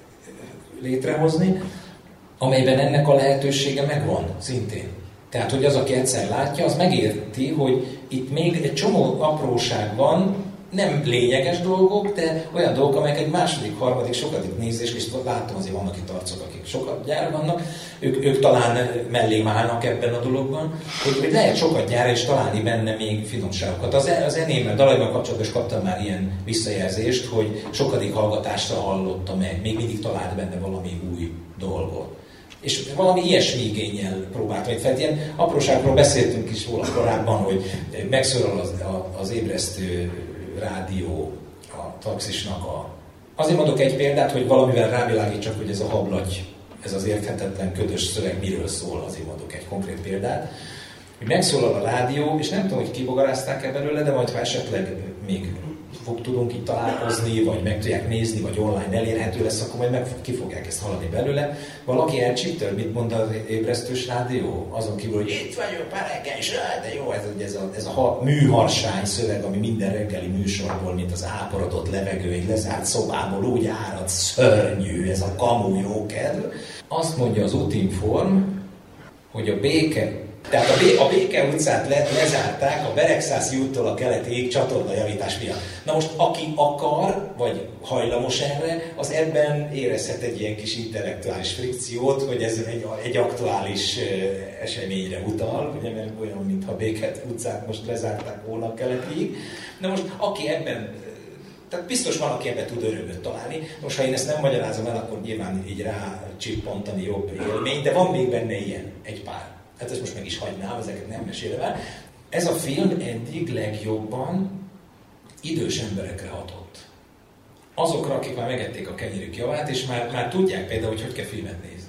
létrehozni, amelyben ennek a lehetősége megvan szintén. Tehát, hogy az, aki egyszer látja, az megérti, hogy itt még egy csomó apróság van, nem lényeges dolgok, de olyan dolgok, amelyek egy második, harmadik, sokadik nézés, és látom, azért vannak itt arcok, akik sokat gyára vannak, ők talán mellém állnak ebben a dologban, hogy lehet sokat gyára és találni benne még finomságokat. A zenémmel, dalaimmal kapcsolatban is kaptam már ilyen visszajelzést, hogy sokadik hallgatásra hallotta meg, még mindig talált benne valami új dolgot. És valami ilyesmi igénnyel próbáltam fel. Ilyen apróságról beszéltünk is róla korábban, hogy megszólal az ébresztő rádió a taxisnak Azért mondok egy példát, hogy valamivel rávilágítsak, hogy ez a hablagy, ez az érthetetlen, ködös szöveg miről szól, azért mondok egy konkrét példát. Hogy megszólal a rádió, és nem tudom, hogy kibogarázták-e belőle, de majd ha esetleg még tudunk itt találkozni, vagy meg tudják nézni, vagy online elérhető lesz, akkor majd ki fogják ezt hallani belőle. Valaki elcsíptől, mit mond az ébresztős rádió? Azon kívül, hogy itt vagyok, reggel is, de jó, ez a műharsány szöveg, ami minden reggeli műsorból, mint az áporodott levegő, egy lezárt szobából úgy árad, szörnyű, ez a kamu jókedv. Azt mondja az Útinform, hogy a Béke, tehát a Béke utcát lezárták a Beregszászi úttól a keleti csatornajavítás miatt. Na most, aki akar, vagy hajlamos erre, az ebben érezhet egy ilyen kis intellektuális frikciót, hogy ez egy aktuális eseményre utal, ugye, mert olyan, mintha Béke utcát most lezárták volna a keletig. Na most, aki ebben, tehát biztos van, aki ebben tud örömöt találni. Most, ha én ezt nem magyarázom el, akkor nyilván így rácsippantani jobb élmény, de van még benne ilyen, egy pár. Hát ezt most meg is hagynám, ezeket nem mesélem el. Ez a film eddig legjobban idős emberekre hatott. Azokra, akik már megették a kenyerük javát, és már tudják például, hogy kell filmet nézni.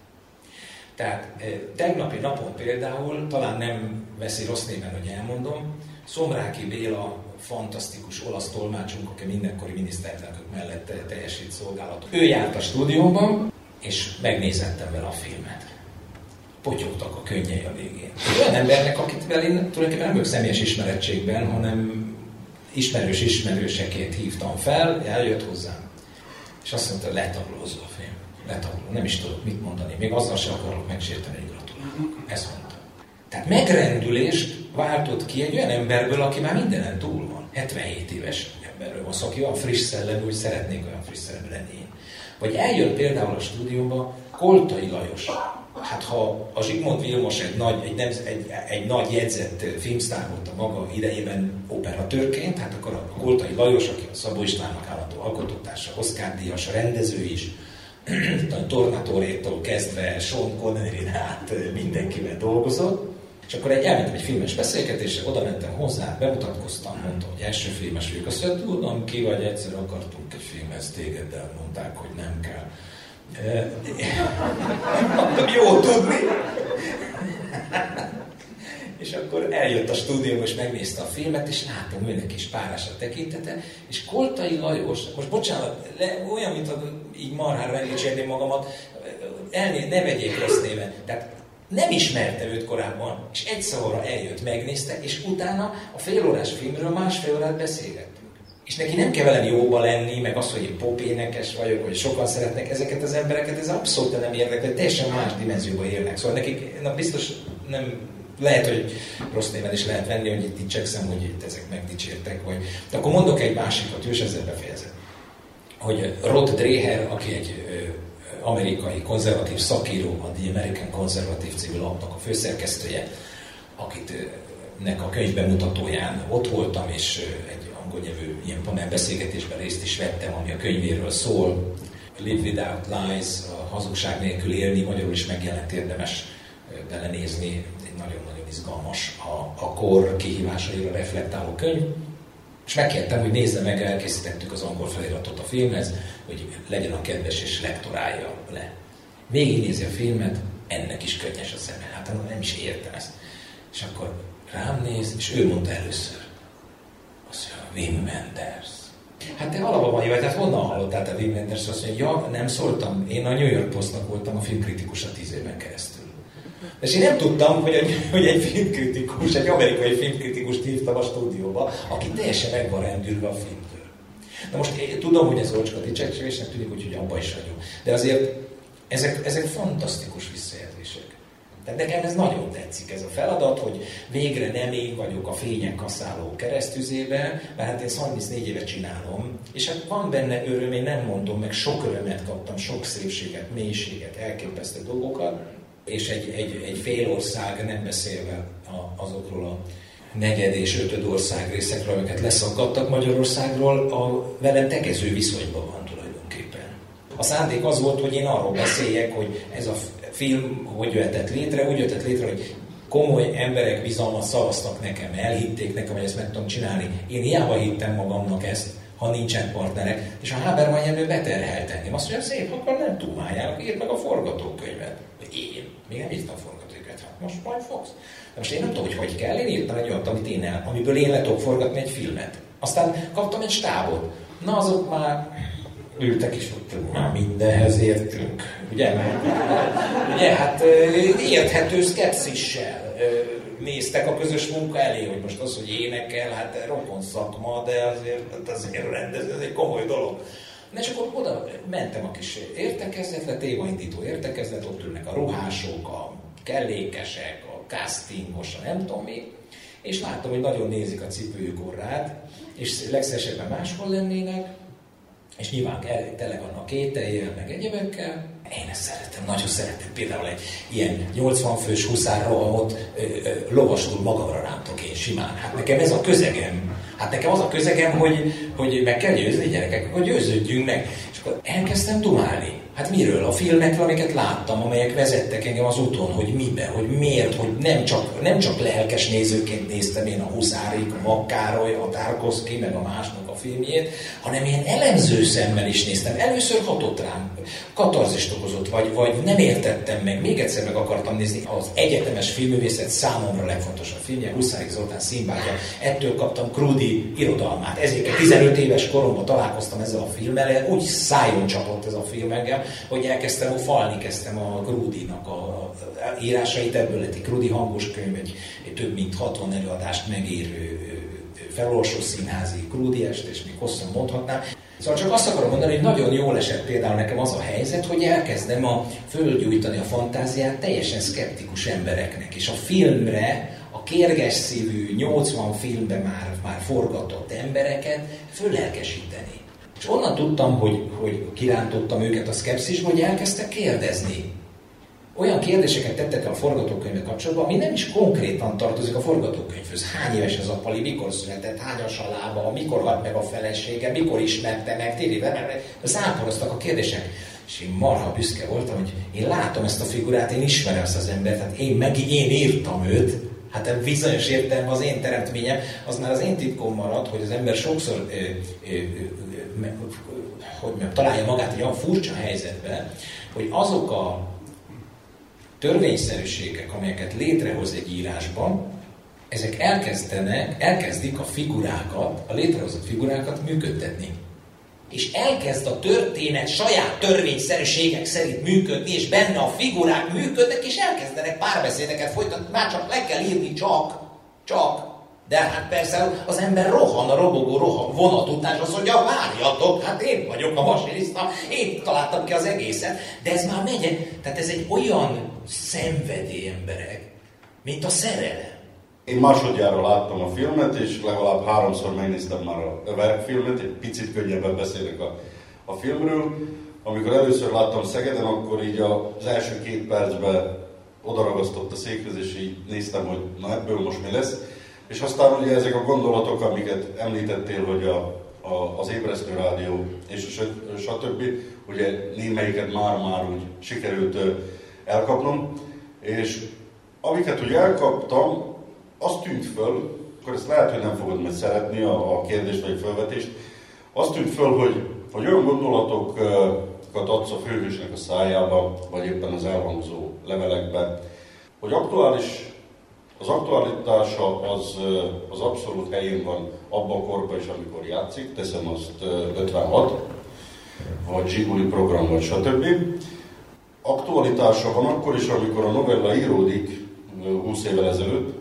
Tehát tegnapi napon például, talán nem veszi rossz néven, hogy elmondom, Szomráki Béla, fantasztikus olasz tolmácsunk, aki mindenkori miniszterelnök mellett teljesít szolgálatot. Ő járt a stúdióban, és megnézettem vele a filmet. Potyogtak a könnyei a végén. Olyan embernek, akitvel én tulajdonképpen nem vagyok személyes ismerettségben, hanem ismerőseként hívtam fel, eljött hozzám. És azt mondta, letaglózó a film. Letagló. Nem is tudok mit mondani. Még azzal sem akarok megsérteni, hogy gratulálok. Ezt mondta. Tehát megrendülést váltott ki egy olyan emberből, aki már mindenen túl van. 77 éves emberről van szó, aki olyan friss szellemű, hogy szeretnék olyan friss szellemű lenni én. Vagy eljött például a stúdióba Koltai Lajos. Hát ha a Zsigmond Vilmos egy nagy jegyzett filmsztár volt a maga idejében operatőrként, hát akkor a Koltai Lajos, aki a Szabó Istvánnak állandó alkotótársa, Oscar-díjas, a rendező is, a Tornatórétól kezdve Sean Connery-n át mindenkivel dolgozott, és akkor elmentem egy filmes beszélgetésre, oda mentem hozzá, bemutatkoztam, mondtam, hogy első filmes vagyok, azt mondja, tudom ki vagy, egyszer akartunk egy filmet tégeddel, mondták, hogy nem kell. Jó tudni! És akkor eljött a stúdióba, és megnézte a filmet, és látom, őnek is párás a tekintete, és Koltai Lajos, most bocsánat, olyan, mint így marhára megdicsérném magamat, ne vegyék rossz néven, tehát nem ismerte őt korábban, és egy szavra eljött, megnézte, és utána a félórás filmről másfél órát beszélgettünk. és neki nem kell velem jóba lenni, meg az, hogy én popénekes vagyok, vagy sokan szeretnek ezeket az embereket, ez abszolút nem érdekel, teljesen más dimenzióban élnek. Szóval nekik, biztos nem, lehet, hogy rossz néven is lehet venni, hogy itt dicsekszem, hogy itt ezek megdicsértek, vagy... De akkor mondok egy másikat, és ezzel befejezem. Hogy Rod Dreher, aki egy amerikai konzervatív szakíró, a The American Conservative című lapnak a főszerkesztője, akitnek a könyvbemutatóján ott voltam, és egy angol nyelvű ilyen panelbeszélgetésben részt is vettem, ami a könyvéről szól. Live Without Lies, a hazugság nélkül élni, magyarul is megjelent, érdemes belenézni, egy nagyon-nagyon izgalmas, a kor kihívásaira reflektáló könyv. És megkértem, hogy nézze meg, elkészítettük az angol feliratot a filmhez, hogy legyen a kedves és lektorálja le. Végignézi a filmet, ennek is könnyes a szeme. Hát nem is értem ezt. És akkor rám néz, és ő mondta először. Azt mondja, Wim Wenders. Hát te alapban vagy, tehát honnan hallottál te Wim Wenders? Azt mondja, ja, nem szóltam. Én a New York Postnak voltam a filmkritikusa 10 éven keresztül. És én nem tudtam, hogy egy filmkritikus, egy amerikai filmkritikust hívtam a stúdióba, aki teljesen meg van rendülve a filmtől. Na most én tudom, hogy ez olcska dicsekedésnek tűnik, úgyhogy abba is vagyok. De azért ezek fantasztikus visszajelzések. Tehát nekem ez nagyon tetszik, ez a feladat, hogy végre nem én vagyok a fényen kaszáló keresztüzébe, mert hát én 34 éve csinálom, és hát van benne öröm, én nem mondom, meg sok örömet kaptam, sok szépséget, mélységet, elképesztő dolgokat, és egy fél ország, nem beszélve azokról a negyed és ötöd országrészekről, amiket leszakadtak Magyarországról, a velem tegező viszonyban van tulajdonképpen. A szándék az volt, hogy én arról beszéljek, hogy ez a film hogy jöhetett létre, úgy jöhetett létre, hogy komoly emberek bizalmat szavaztak nekem, elhitték nekem, hogy ezt meg tudom csinálni. Én hiába hittem magamnak ezt, ha nincsen partnerek, és a Haberman Jenő beterhelt engem. Azt mondja, szép, akkor nem túlmálják, írd meg a forgatókönyvet. Én? Még nem írtam forgatókönyvet, hát most majd fogsz. De most én nem tudom, hogy kell, én írtam egy olyat, amiből én le tudok forgatni egy filmet. Aztán kaptam egy stábot. Na azok már ültek is, hogy már mindenhez értünk. Ugye? Ugye, hát érthető szkepszissel néztek a közös munka elé, hogy most az, hogy énekel, hát rokon szakma, de azért rendező, ez egy komoly dolog. És akkor oda mentem a kis értekezletre, témaindító értekezlet, ott ülnek a ruhások, a kellékesek, a castingos, a nem tudom mi, és láttam, hogy nagyon nézik a cipőjük orrát, és legszívesebben máshol lennének, és nyilván tele vannak kétellyel, meg egyebekkel. Én ezt szeretem, nagyon szeretem. Például egy ilyen 80 fős huszárrohamot lovastul magamra rántok én simán. Hát nekem ez a közegem. Hát nekem az a közegem, hogy meg kell győzni gyerekek, hogy győződjünk meg. És akkor elkezdtem dumálni. Hát miről? A filmekről, amiket láttam, amelyek vezettek engem az úton, hogy miben, hogy miért, hogy nem csak lelkes nézőként néztem én a Huszárik, a Makkároly, a Tarkovszky, meg a másnak a filmjét, hanem én elemző szemmel is néztem. Először hatott rám, katarzist okozott, vagy nem értettem meg, még egyszer meg akartam nézni az egyetemes filmművészet számomra legfontosabb filmje, Huszárik Zoltán Színbágya. Ettől kaptam Krúdi irodalmát. Ezért 15 éves koromban találkoztam ezzel a filmmel, úgy szájon csapott ez a film engem, hogy elkezdtem falni kezdtem a Krúdinak a írásait, ebből lett egy Krúdi hangos könyv, egy több mint 60 előadást megérő felolvasó színházi Krúdi est, és még hosszan mondhatnám. Szóval csak azt akarom mondani, hogy nagyon jól esett például nekem az a helyzet, hogy elkezdem fölgyújtani a fantáziát teljesen szkeptikus embereknek, és a filmre, a kérges szívű, 80 filmben már forgatott embereket föllelkesíteni. És onnan tudtam, hogy kirántottam őket a szkepszisbe, hogy elkezdtek kérdezni. Olyan kérdéseket tettek el a forgatókönyvvel kapcsolatban, ami nem is konkrétan tartozik a forgatókönyvhöz. Hány éves ez a Pali, mikor született, hányas a lába, mikor halt meg a felesége, mikor ismerte meg, tényleg záporoztak a kérdések. És én marha büszke voltam, hogy én látom ezt a figurát, én ismerem ezt az embert, hát én írtam őt, hát bizonyos értelemben az én teremtményem, az már az én titkom marad, hogy az ember sokszor találja magát egy olyan furcsa helyzetben, hogy azok a törvényszerűségek, amelyeket létrehoz egy írásban, ezek elkezdik a figurákat, a létrehozott figurákat működtetni. És elkezd a történet saját törvényszerűségek szerint működni, és benne a figurák működnek, és elkezdenek párbeszédeket folytatni, már csak le kell írni, csak. De hát persze az ember rohan, a robogó vonat után, és azt mondja, várjatok, hát én vagyok a masinista, én találtam ki az egészet, de ez már megy, tehát ez egy olyan szenvedély, emberek, mint a szerelem. Én másodjára láttam a filmet, és legalább 3-szor megnéztem már a verkfilmet, egy picit könnyebben beszélek a filmről. Amikor először láttam Szegeden, akkor így az első 2 percben odaragasztott a székhez, és így néztem, hogy na ebből most mi lesz. És aztán ugye ezek a gondolatok, amiket említettél, hogy az ébresztő rádió és stb. Ugye némelyiket már úgy sikerült elkapnom. És amiket úgy elkaptam, azt tűnt föl, akkor ezt lehet, hogy nem fogod majd szeretni a kérdést vagy a felvetést, azt tűnt föl, hogy olyan gondolatokat adsz a főhősnek a szájába, vagy éppen az elhangzó levelekben, hogy az aktualitása az abszolút helyén van abban a korban is, amikor játszik, teszem azt 56, vagy Zsiguli program, vagy stb. Aktualitása van akkor is, amikor a novella íródik 20 évvel ezelőtt,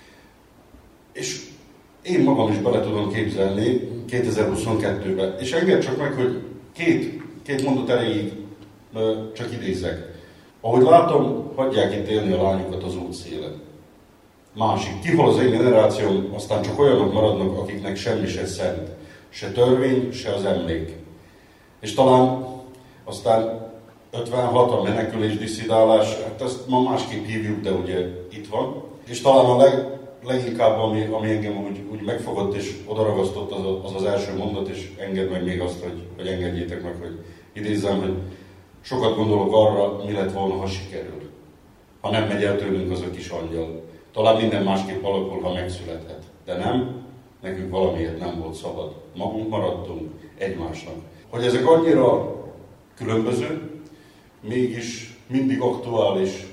és én magam is bele tudom képzelni 2022-ben. És engedd csak meg, hogy két mondat erejéig csak idézek. Ahogy látom, hagyják itt élni a lányokat az útszélen. Másik. Kihol az én generációm, aztán csak olyanok maradnak, akiknek semmi se szent. Se törvény, se az emlék. És talán aztán 56 a menekülés, disszidálás, hát ezt ma másképp hívjuk, de ugye itt van. És talán a leginkább, ami engem úgy megfogott és odaragasztott, az első mondat, és engedd meg még azt, hogy engedjétek meg, hogy idézzem, hogy sokat gondolok arra, mi lett volna, ha sikerül. Ha nem megy el tőlünk az a kis angyal. Talán minden másképp alakul, ha megszülethet. De nem, nekünk valamiért nem volt szabad. Magunk maradtunk egymásnak. Hogy ezek annyira különböző, mégis mindig aktuális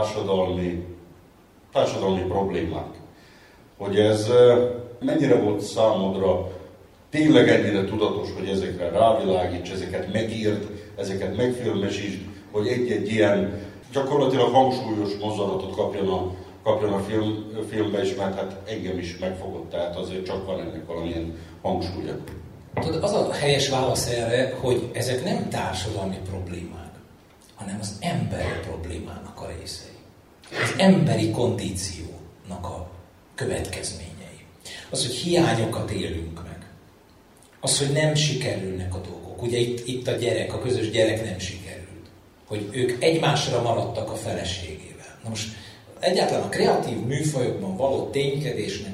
társadalmi problémák. Hogy ez mennyire volt számodra tényleg ennyire tudatos, hogy ezekre rávilágíts, ezeket megírd, ezeket megfilmesítsd, hogy egy-egy ilyen gyakorlatilag hangsúlyos mozzanatot kapjon a filmbe is, mert hát engem is megfogott, tehát azért csak van ennek valamilyen hangsúlya. Tudod, az a helyes válasz erre, hogy ezek nem társadalmi problémák, hanem az emberi problémának a részei. Az emberi kondíciónak a következményei. Az, hogy hiányokat élünk meg. Az, hogy nem sikerülnek a dolgok. Ugye itt a közös gyerek nem sikerült. Hogy ők egymásra maradtak a feleségével. Na most egyáltalán a kreatív műfajokban való ténykedésnek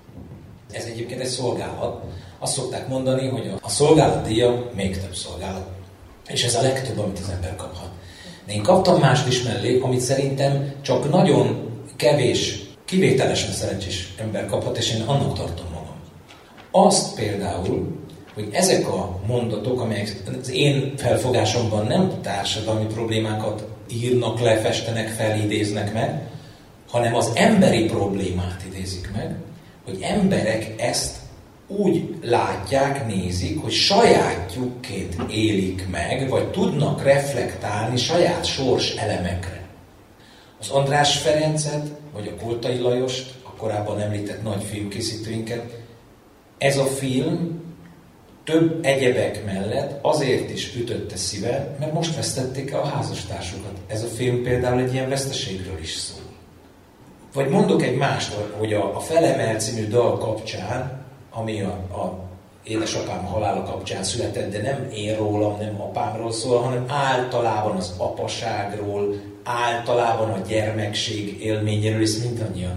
ez egyébként egy szolgálat. Azt szokták mondani, hogy a szolgálatdíja még több szolgálat. És ez a legtöbb, amit az ember kaphat. De én kaptam mást is mellé, amit szerintem csak nagyon kevés, kivételesen szerencsés ember kaphat, és én annak tartom magam. Azt például, hogy ezek a mondatok, amelyek az én felfogásomban nem társadalmi problémákat írnak le, festenek fel, idéznek meg, hanem az emberi problémát idézik meg, hogy emberek ezt úgy látják, nézik, hogy sajátjukként élik meg, vagy tudnak reflektálni saját sors elemekre. Az András Ferencet, vagy a Koltai Lajost, a korábban említett nagy filmkészítőinket, ez a film több egyebek mellett azért is ütötte szíve, mert most vesztették el a házastársukat. Ez a film például egy ilyen veszteségről is szól. Vagy mondok egy mást, hogy a Felemel című dal kapcsán, ami a édesapám halála kapcsán született, de nem én rólam, nem apámról szól, hanem általában az apaságról, általában a gyermekség élményéről, és mindannyian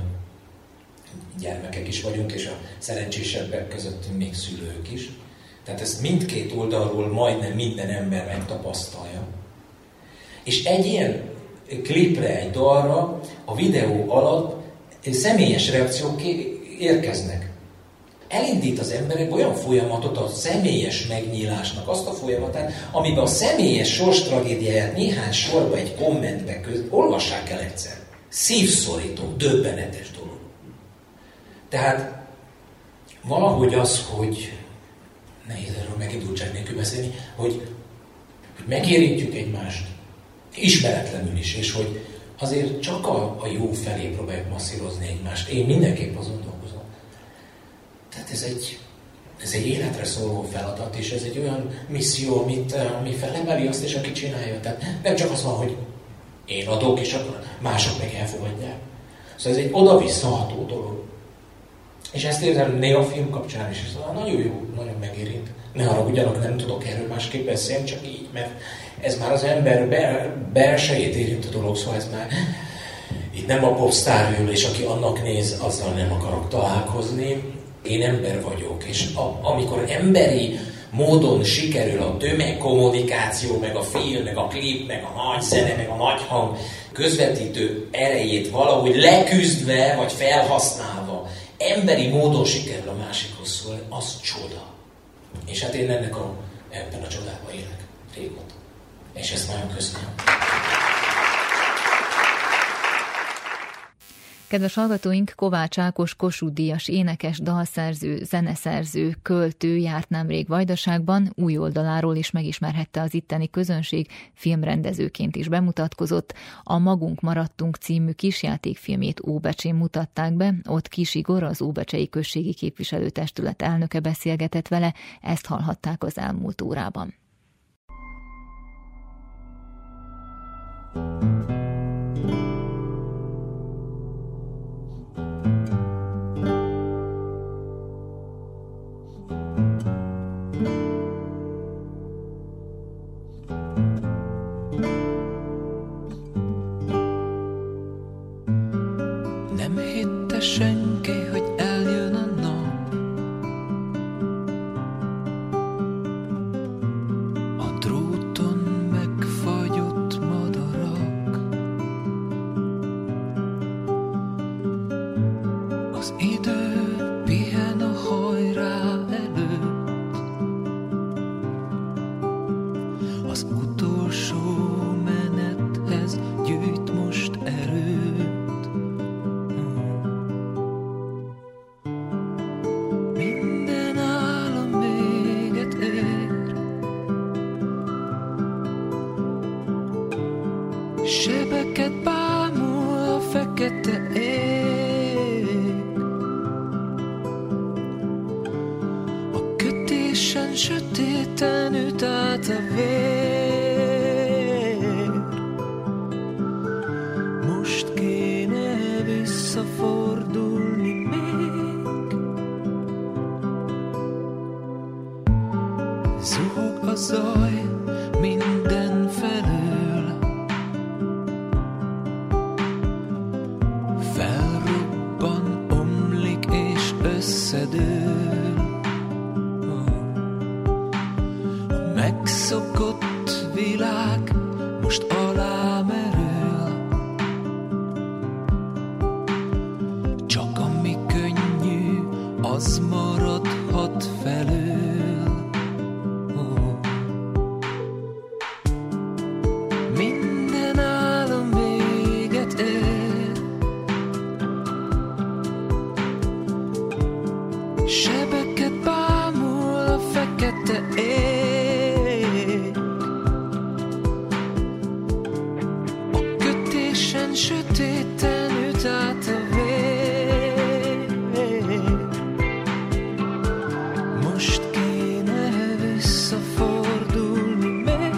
gyermekek is vagyunk, és a szerencsésebbek közöttünk még szülők is. Tehát ezt mindkét oldalról majdnem minden ember megtapasztalja. És egy ilyen klipre, egy dalra a videó alatt személyes reakciók érkeznek. Elindít az emberek olyan folyamatot, a személyes megnyílásnak azt a folyamatát, amiben a személyes sorstragédiáját néhány sorba egy kommentbe olvassák el egyszer. Szívszorító, döbbenetes dolog. Tehát valahogy az, hogy nehéz erről megindultság nélkül beszélni, hogy megérintjük egymást, ismeretlenül is, és hogy azért csak a jó felé próbáljuk masszírozni egymást. Én mindenképp azon dolgozom. Tehát ez egy életre szóló feladat, és ez egy olyan misszió, ami felemeli azt is, aki csinálja. Tehát nem csak az van, hogy én adok, és akkor mások meg elfogadják. Szóval ez egy oda-visszaható dolog. És ezt érzem néha a film kapcsán is, ez nagyon jó, nagyon megérint. Ne haragudjanak, nem tudok erről másképp beszélni, csak így, mert ez már az ember belsejét érint a dolog, szóval ez már itt nem a popstar ül, és aki annak néz, azzal nem akarok találkozni. Én ember vagyok, és amikor emberi módon sikerül a tömegkommunikáció, meg a film, meg a klip, meg a nagy zene, meg a nagy hang közvetítő erejét valahogy leküzdve, vagy felhasználva, emberi módon sikerül a másikhoz szólni, az csoda. És hát én ebben a csodában élek régóta. És ezt nagyon köszönöm. Kedves hallgatóink, Kovács Ákos Kossuth-díjas énekes, dalszerző, zeneszerző, költő járt nemrég Vajdaságban, új oldaláról is megismerhette az itteni közönség, filmrendezőként is bemutatkozott. A Magunk maradtunk című kisjátékfilmét Óbecsén mutatták be, ott Kis Igor, az óbecsei községi képviselőtestület elnöke beszélgetett vele, ezt hallhatták az elmúlt órában. Senki, hogy eljön a nap. A dróton megfagyott madarak. Az idő pihen a hajrá előtt. Az utolsó menethez gyűjt most erőt. Sebeket bámul a fekete ég. A kötésen sötéten üt át a vér. Most kéne visszafordulni még. Zúg a zaj minden felől. Felrobban, omlik és összedől. A megszokott világ most alámerül. Csak ami könnyű, az maradhat felől. Minden álom véget ér. Sebeket bámul a fekete ég. A kötésen sötéten üt át a vér. Most kéne visszafordulni még.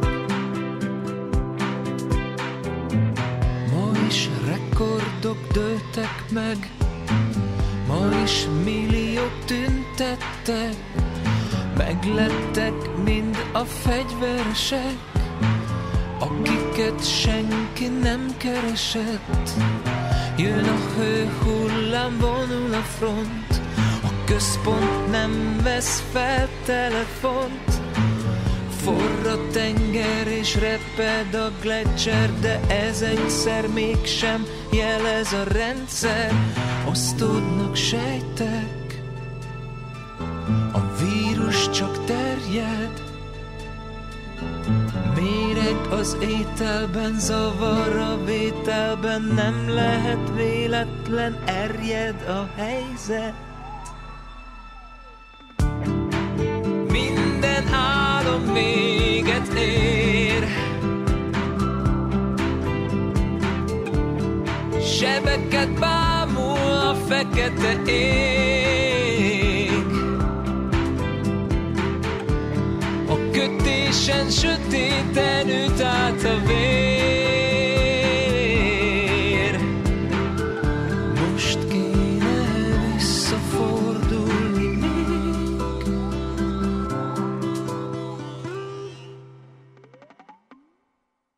Ma is rekordok dőltek meg. Ma is milliók tüntettek, meglettek mind a fegyveresek, akiket senki nem keresett. Jön a hőhullám, vonul a front, a központ nem vesz fel telefont. Forr a tenger és reped a gletszer, de ez egyszer mégsem jelez a rendszer. Osztódnak sejtek, a vírus csak terjed. Méreg az ételben, zavar a vételben, nem lehet véletlen, erjed a helyzet. Minden álom véget ér. Sebeket bámul a fekete ég. Résen, sötéten üt át a vér.